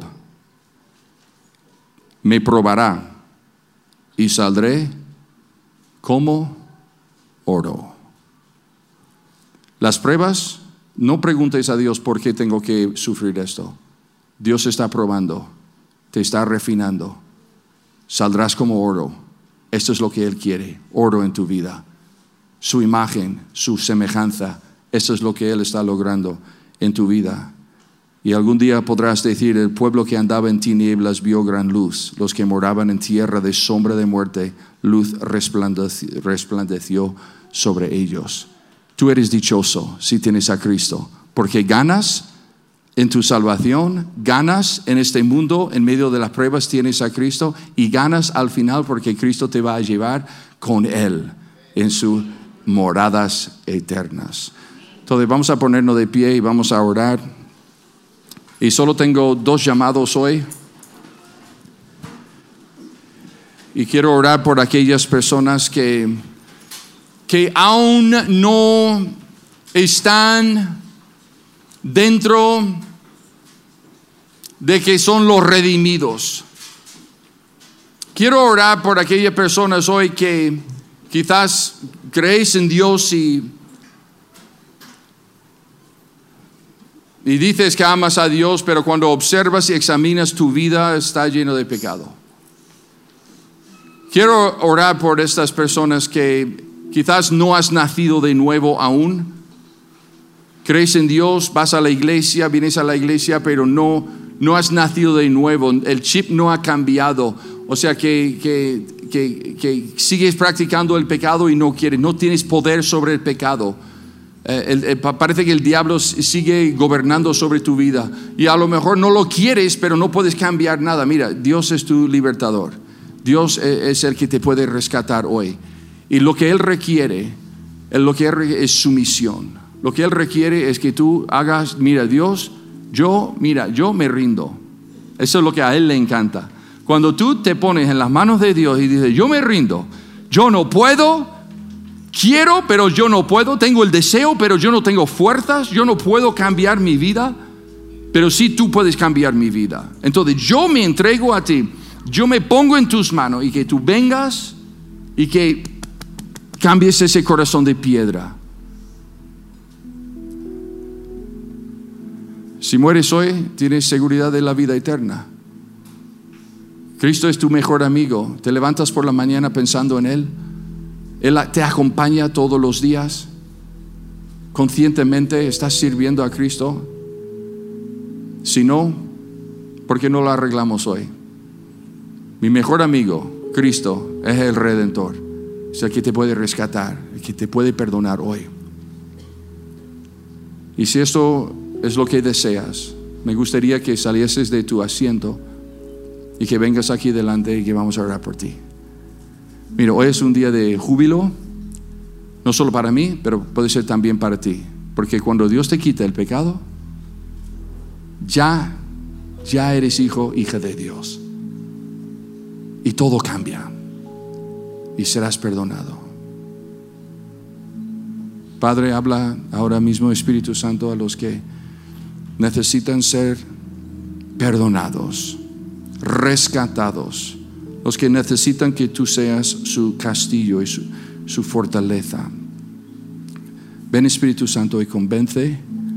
me probará y saldré como oro. Las pruebas, no preguntes a Dios por qué tengo que sufrir esto. Dios está probando, te está refinando. Saldrás como oro. Esto es lo que Él quiere, oro en tu vida. Su imagen, su semejanza, esto es lo que Él está logrando en tu vida. Y algún día podrás decir, el pueblo que andaba en tinieblas vio gran luz. Los que moraban en tierra de sombra de muerte, luz resplandeció sobre ellos. Tú eres dichoso si tienes a Cristo, porque ganas en tu salvación, ganas en este mundo, en medio de las pruebas tienes a Cristo y ganas al final porque Cristo te va a llevar con Él en sus moradas eternas. Entonces vamos a ponernos de pie y vamos a orar. Y solo tengo 2 llamados hoy. Y quiero orar por aquellas personas que aún no están dentro de que son los redimidos. Quiero orar por aquellas personas hoy que quizás creéis en Dios y dices que amas a Dios, pero cuando observas y examinas tu vida está lleno de pecado. Quiero orar por estas personas que quizás no has nacido de nuevo aún. Crees en Dios, vas a la iglesia, vienes a la iglesia, pero no has nacido de nuevo. El chip no ha cambiado. O sea que sigues practicando el pecado y no tienes poder sobre el pecado. Parece que el diablo sigue gobernando sobre tu vida. Y a lo mejor no lo quieres, pero no puedes cambiar nada. Mira, Dios es tu libertador. Dios es el que te puede rescatar hoy. Y lo que Él requiere es sumisión. Lo que Él requiere es que tú hagas, mira, Dios, yo me rindo. Eso es lo que a Él le encanta. Cuando tú te pones en las manos de Dios y dices, yo me rindo, yo no puedo, quiero, pero yo no puedo, tengo el deseo, pero yo no tengo fuerzas, yo no puedo cambiar mi vida, pero sí tú puedes cambiar mi vida. Entonces yo me entrego a ti, yo me pongo en tus manos y que tú vengas y que cambies ese corazón de piedra. Si mueres hoy, tienes seguridad de la vida eterna. Cristo es tu mejor amigo. Te levantas por la mañana pensando en Él. Él te acompaña todos los días. Conscientemente estás sirviendo a Cristo. Si no, ¿por qué no lo arreglamos hoy? Mi mejor amigo, Cristo, es el Redentor. Es el que te puede rescatar, el que te puede perdonar hoy. Y si esto es lo que deseas, me gustaría que salieses de tu asiento y que vengas aquí delante y que vamos a orar por ti. Mira, hoy es un día de júbilo, no solo para mí, pero puede ser también para ti. Porque cuando Dios te quita el pecado, ya eres hija de Dios. Y todo cambia. Y serás perdonado. Padre, habla ahora mismo, Espíritu Santo, a los que necesitan ser perdonados, rescatados, los que necesitan que tú seas su castillo y su fortaleza. Ven, Espíritu Santo, y convence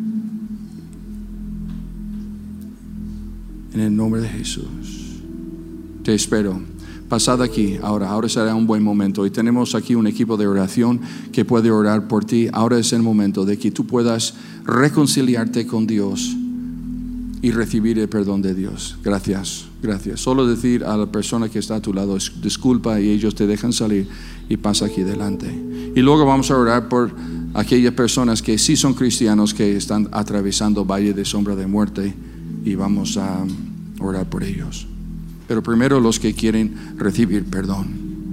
en el nombre de Jesús. Te espero. Pasad aquí ahora será un buen momento. Y tenemos aquí un equipo de oración que puede orar por ti. Ahora es el momento de que tú puedas reconciliarte con Dios y recibir el perdón de Dios. Gracias. Solo decir a la persona que está a tu lado, disculpa, y ellos te dejan salir y pasa aquí delante. Y luego vamos a orar por aquellas personas que sí son cristianos, que están atravesando valle de sombra de muerte, y vamos a orar por ellos. Pero primero los que quieren recibir perdón.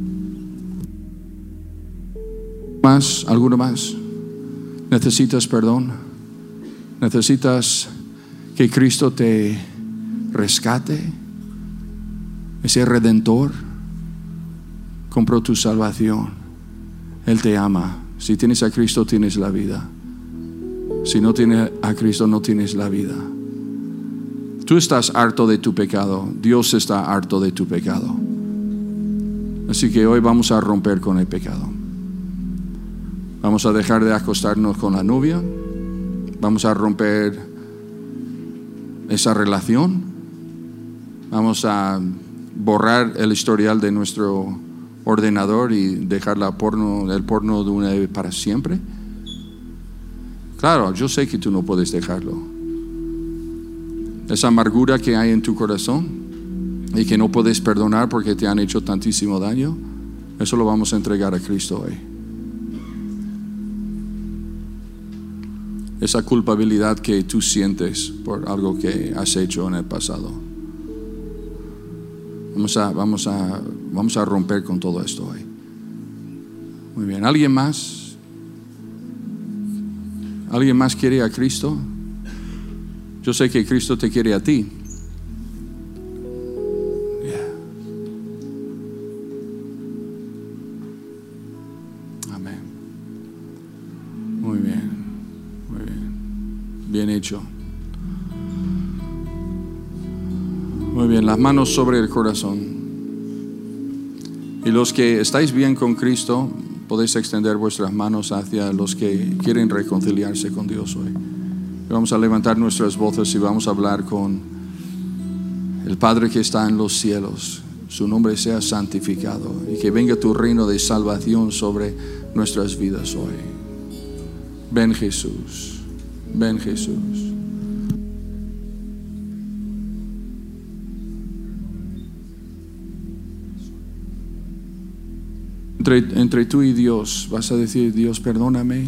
¿Alguno más? ¿Necesitas perdón? ¿Necesitas que Cristo te rescate? Ese Redentor compró tu salvación. Él te ama. Si tienes a Cristo, tienes la vida. Si no tienes a Cristo, no tienes la vida. Tú estás harto de tu pecado. Dios está harto de tu pecado. Así que hoy vamos a romper con el pecado. Vamos a dejar de acostarnos con la novia. Vamos a romper esa relación. Vamos a borrar el historial de nuestro ordenador y dejar el porno de una vez para siempre. Claro, yo sé que tú no puedes dejarlo. Esa amargura que hay en tu corazón y que no puedes perdonar porque te han hecho tantísimo daño, eso lo vamos a entregar a Cristo hoy. Esa culpabilidad que tú sientes por algo que has hecho en el pasado. Vamos a romper con todo esto hoy. Muy bien, ¿alguien más? ¿Alguien más quiere a Cristo? Yo sé que Cristo te quiere a ti. Amén. Muy bien. Bien hecho. Muy bien, las manos sobre el corazón. Y los que estáis bien con Cristo, podéis extender vuestras manos hacia los que quieren reconciliarse con Dios hoy. Vamos a levantar nuestras voces y vamos a hablar con el Padre que está en los cielos. Su nombre sea santificado y que venga tu reino de salvación sobre nuestras vidas hoy. Ven, Jesús. Ven, Jesús. Entre tú y Dios vas a decir: Dios, perdóname.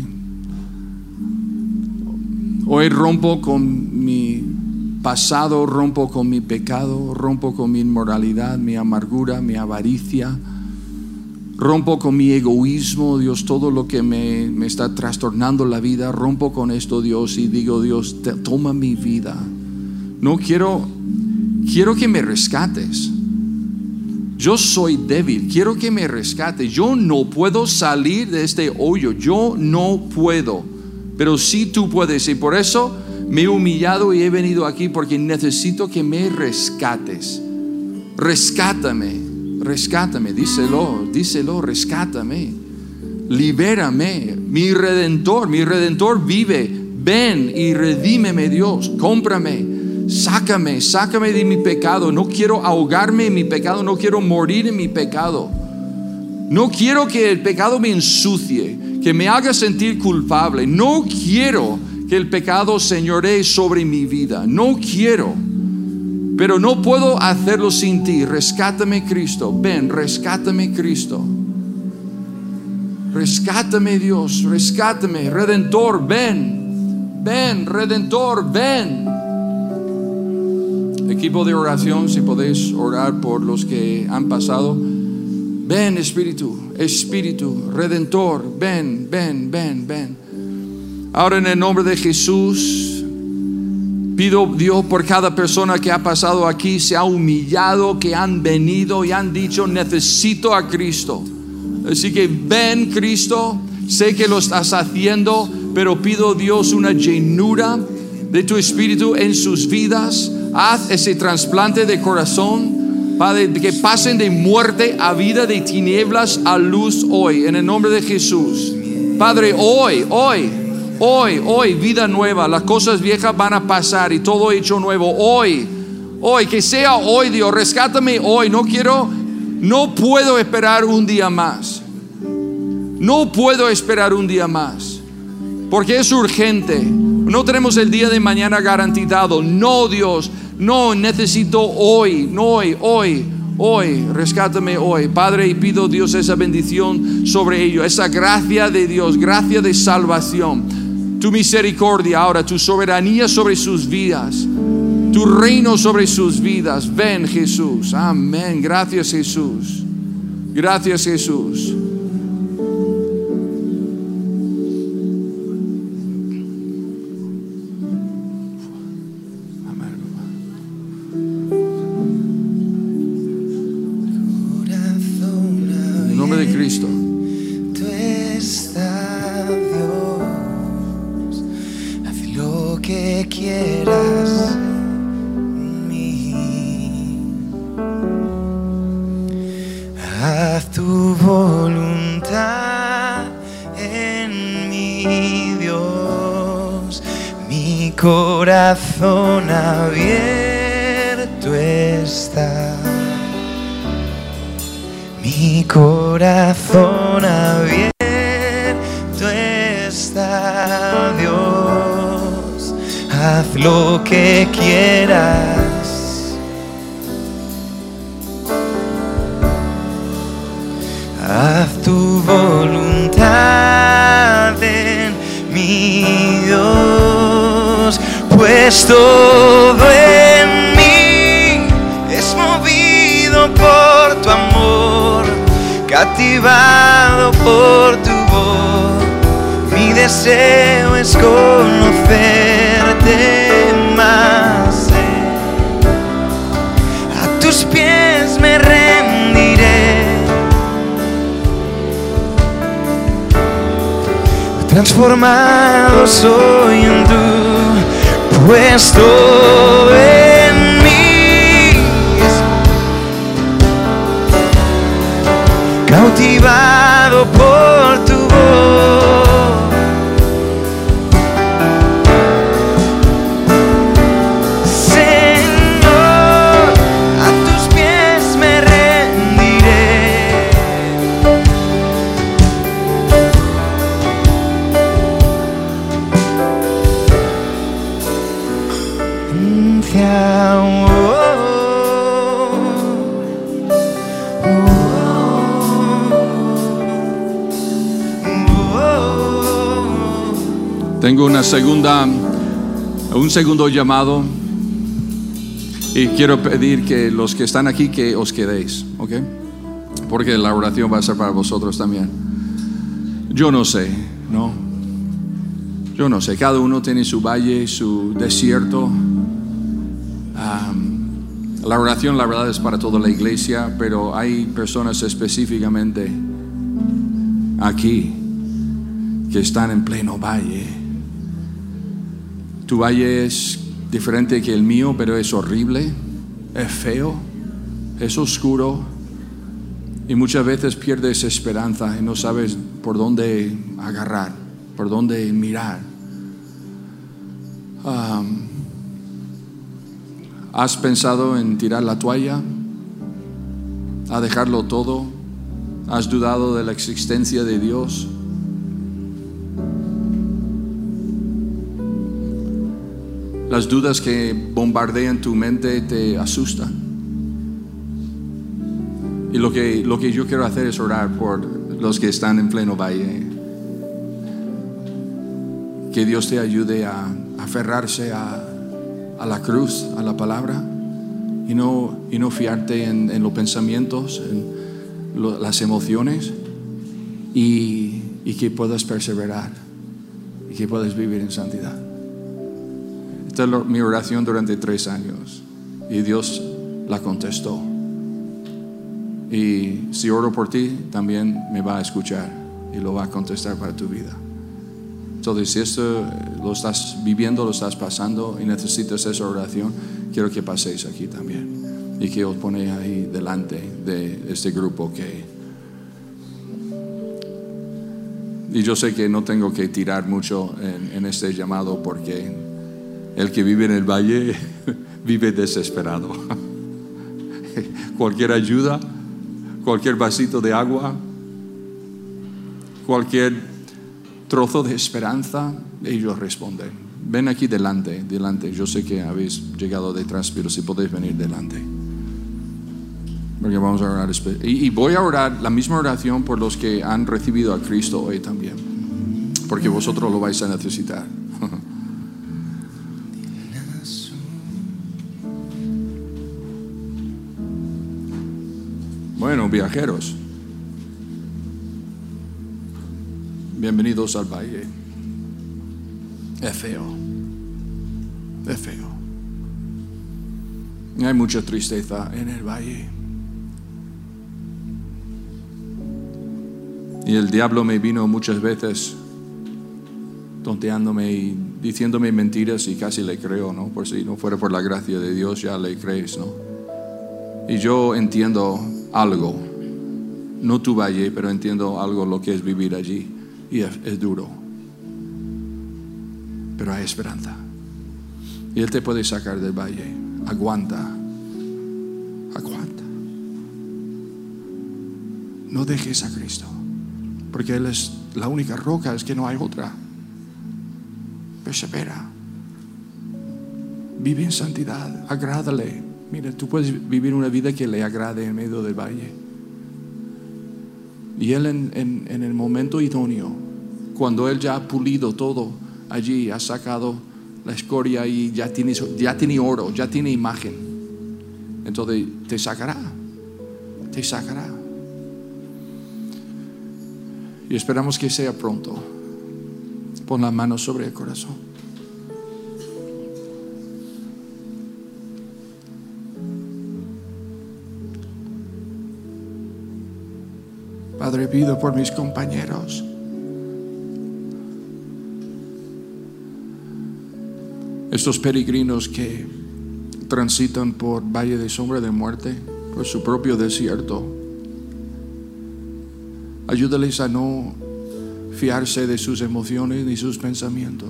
Hoy rompo con mi pasado, rompo con mi pecado, rompo con mi inmoralidad, mi amargura, mi avaricia. Rompo con mi egoísmo, Dios, todo lo que me está trastornando la vida. Rompo con esto, Dios, y digo: Dios, toma mi vida. No quiero que me rescates. Yo soy débil, quiero que me rescates. Yo no puedo salir de este hoyo, yo no puedo, pero sí tú puedes. Y por eso me he humillado y he venido aquí, porque necesito que me rescates. Rescátame, díselo, rescátame, libérame. Mi redentor vive. Ven y redímeme, Dios, cómprame. Sácame de mi pecado. No quiero ahogarme en mi pecado, no quiero morir en mi pecado. No quiero que el pecado me ensucie, que me haga sentir culpable. No quiero que el pecado señoree sobre mi vida. No quiero, pero no puedo hacerlo sin ti. Rescátame, Cristo. Ven, rescátame, Cristo. Rescátame, Dios, rescátame. Redentor, ven. Ven, Redentor, ven. Equipo de oración, si podéis orar por los que han pasado. Ven, Espíritu, Redentor, ven. Ahora, en el nombre de Jesús, pido, Dios, por cada persona que ha pasado aquí, se ha humillado, que han venido y han dicho: necesito a Cristo. Así que ven, Cristo, sé que lo estás haciendo, pero pido, Dios, una llenura de tu Espíritu en sus vidas. Haz ese trasplante de corazón, Padre, que pasen de muerte a vida, de tinieblas a luz hoy, en el nombre de Jesús. Padre, hoy, vida nueva. Las cosas viejas van a pasar y todo hecho nuevo. Hoy, que sea hoy, Dios, rescátame hoy. No puedo esperar un día más. No puedo esperar un día más, porque es urgente. No tenemos el día de mañana garantizado. No, Dios, no, necesito hoy. Rescátame hoy, Padre, y pido, Dios, esa bendición sobre ellos, esa gracia de Dios, gracia de salvación, tu misericordia ahora, tu soberanía sobre sus vidas, tu reino sobre sus vidas. Ven, Jesús. Amén. Gracias, Jesús. Gracias, Jesús. Cristo. Tú estás, Dios, haz lo que quieras en mí. Haz tu voluntad en mí, Dios. Mi corazón abierto está. Mi corazón abierto está, Dios. Haz lo que quieras. Haz tu voluntad en mí, Dios. Pues todo en mí es movido por tu amor, captivado por tu voz. Mi deseo es conocerte más. A tus pies me rendiré, transformado soy en tú. Pues todo en mí es cautivado por tu voz. Señor, a tus pies me rendiré, Tengo un segundo llamado y quiero pedir que los que están aquí que os quedéis, ¿ok? Porque la oración va a ser para vosotros también. Yo no sé, ¿no? Yo no sé, cada uno tiene su valle, su desierto. La oración, la verdad, es para toda la iglesia, pero hay personas específicamente aquí que están en pleno valle. Tu valle es diferente que el mío, pero es horrible, es feo, es oscuro y muchas veces pierdes esperanza y no sabes por dónde agarrar, por dónde mirar. ¿Has pensado en tirar la toalla? ¿A dejarlo todo? ¿Has dudado de la existencia de Dios? Las dudas que bombardean tu mente te asustan. Y lo que yo quiero hacer es orar por los que están en pleno valle. Que Dios te ayude a aferrarse a la cruz, a la palabra, y no fiarte en los pensamientos, en las emociones, y que puedas perseverar y que puedas vivir en santidad. Esta es mi oración durante 3 años y Dios la contestó. Y si oro por ti, también me va a escuchar y lo va a contestar para tu vida. Entonces, si esto lo estás viviendo, lo estás pasando y necesitas esa oración, quiero que paséis aquí también y que os ponéis ahí delante de este grupo y yo sé que no tengo que tirar mucho en este llamado, porque el que vive en el valle vive desesperado. Cualquier ayuda, cualquier vasito de agua, cualquier trozo de esperanza, ellos responden. Ven aquí delante. Yo sé que habéis llegado detrás, pero si podéis venir delante, porque vamos a orar. Y voy a orar la misma oración por los que han recibido a Cristo hoy también, porque vosotros lo vais a necesitar. Bueno, viajeros, bienvenidos al valle. Es feo. Hay mucha tristeza en el valle. Y el diablo me vino muchas veces tonteándome y diciéndome mentiras, y casi le creo, ¿no? Por si no fuera por la gracia de Dios, ya le crees, ¿no? Y yo entiendo algo, no tu valle, pero entiendo algo lo que es vivir allí. Y es duro, pero hay esperanza. Y Él te puede sacar del valle. Aguanta. No dejes a Cristo, porque Él es la única roca, es que no hay otra. Persevera. Vive en santidad, agrádale. Mira, tú puedes vivir una vida que le agrade en medio del valle. Y Él en el momento idóneo, cuando Él ya ha pulido todo allí, ha sacado la escoria y ya tiene oro, ya tiene imagen, entonces te sacará. Y esperamos que sea pronto. Pon la mano sobre el corazón. Padre, pido por mis compañeros. Estos peregrinos que transitan por valle de sombra de muerte, por su propio desierto. Ayúdales a no fiarse de sus emociones ni sus pensamientos.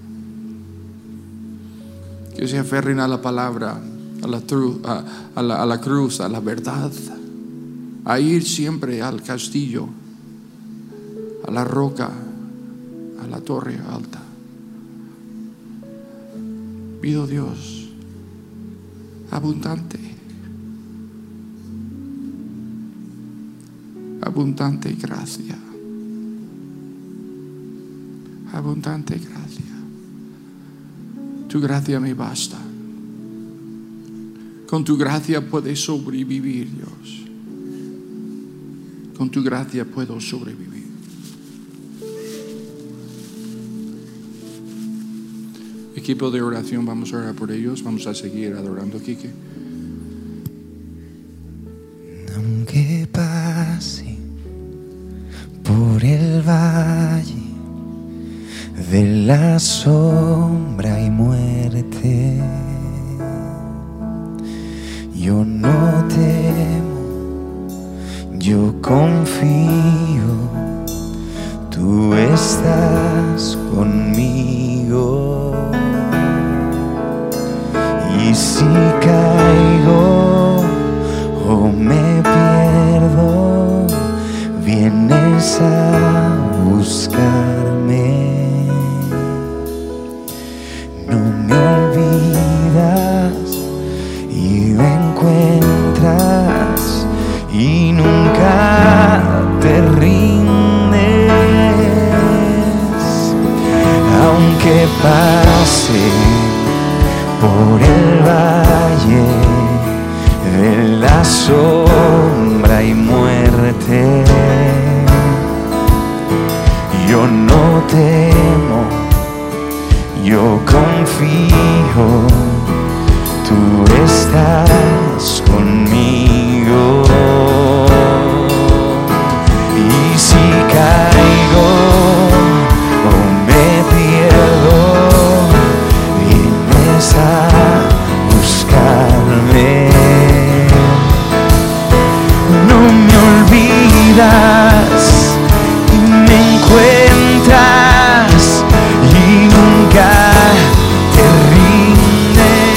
Que se aferren a la palabra, a la cruz, a la verdad. A ir siempre al castillo, a la roca, a la torre alta. Pido, Dios, abundante gracia, abundante gracia. Tu gracia me basta. Con tu gracia puedes sobrevivir, Dios. Con tu gracia puedo sobrevivir. Equipo de oración, vamos a orar por ellos. Vamos a seguir adorando, Quique. Aunque pase por el valle de la sombra y muerte, yo no temo, yo confío, tú estás conmigo. Y si caigo o me pierdo, vienes a buscarme. No me olvidas y me encuentras y nunca te rindes. Aunque pase por el valle de la sombra y muerte, yo no temo, yo confío, tú estás conmigo. Y si caigo o me pierdo, vienes a buscarme. No me olvidas y me encuentras y nunca te rindes.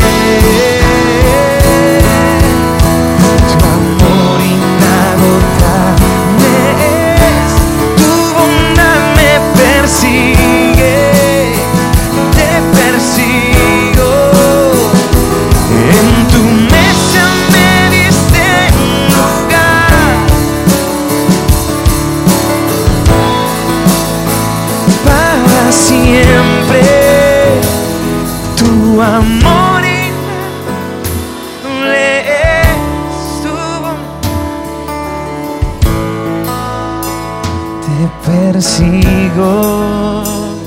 Tu amor inagotable es, tu bondad me persigue, te persigo. En tu mesa me diste lugar para siempre. Tu amor inagotable es, tu bondad te persigo.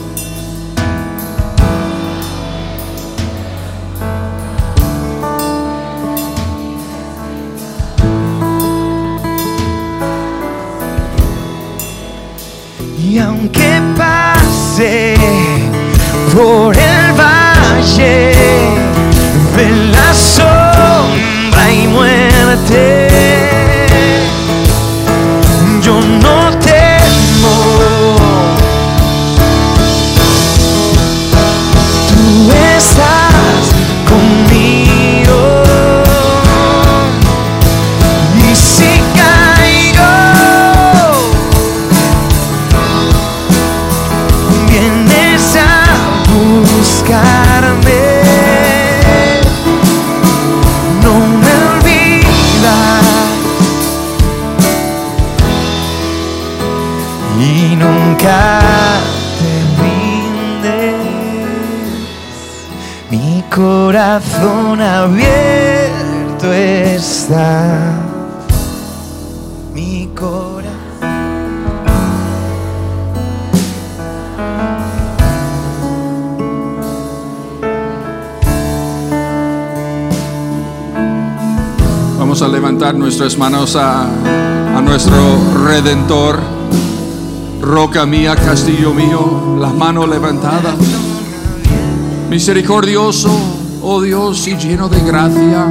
Y aunque pase por el valle de la sombra y muerte, yo no temo, tú estás conmigo. Y si caigo, vienes a buscarme. No me olvidas y nunca te rindes. Mi corazón abierto está, mi corazón. Vamos a levantar nuestras manos a nuestro Redentor. Roca mía, castillo mío, las manos levantadas. Misericordioso, oh Dios, y lleno de gracia.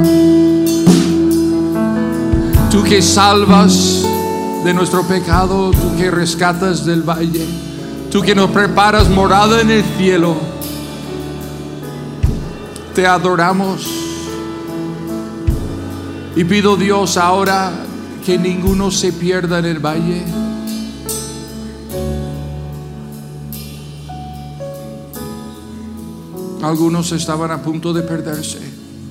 Tú que salvas de nuestro pecado, tú que rescatas del valle, tú que nos preparas morada en el cielo. Te adoramos. Y pido, Dios, ahora que ninguno se pierda en el valle. Algunos estaban a punto de perderse,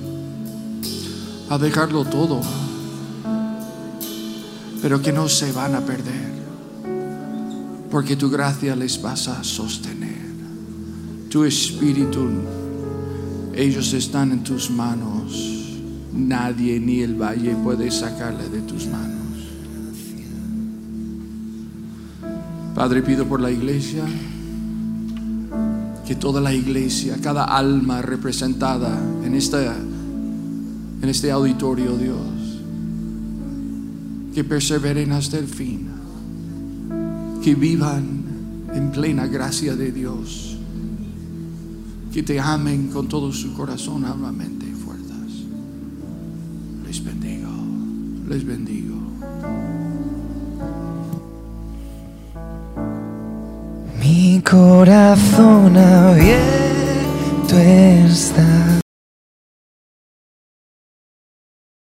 a dejarlo todo, pero que no se van a perder. porque tu gracia les vas a sostener. Tu espíritu, ellos están en tus manos. Nadie ni el valle puede sacarle de tus manos. Padre, pido por la iglesia, que toda la iglesia, cada alma representada en este auditorio, Dios, que perseveren hasta el fin, que vivan en plena gracia de Dios, que te amen con todo su corazón, alma, mente y fuerzas. Les bendigo, les bendigo. Mi corazón abierto está.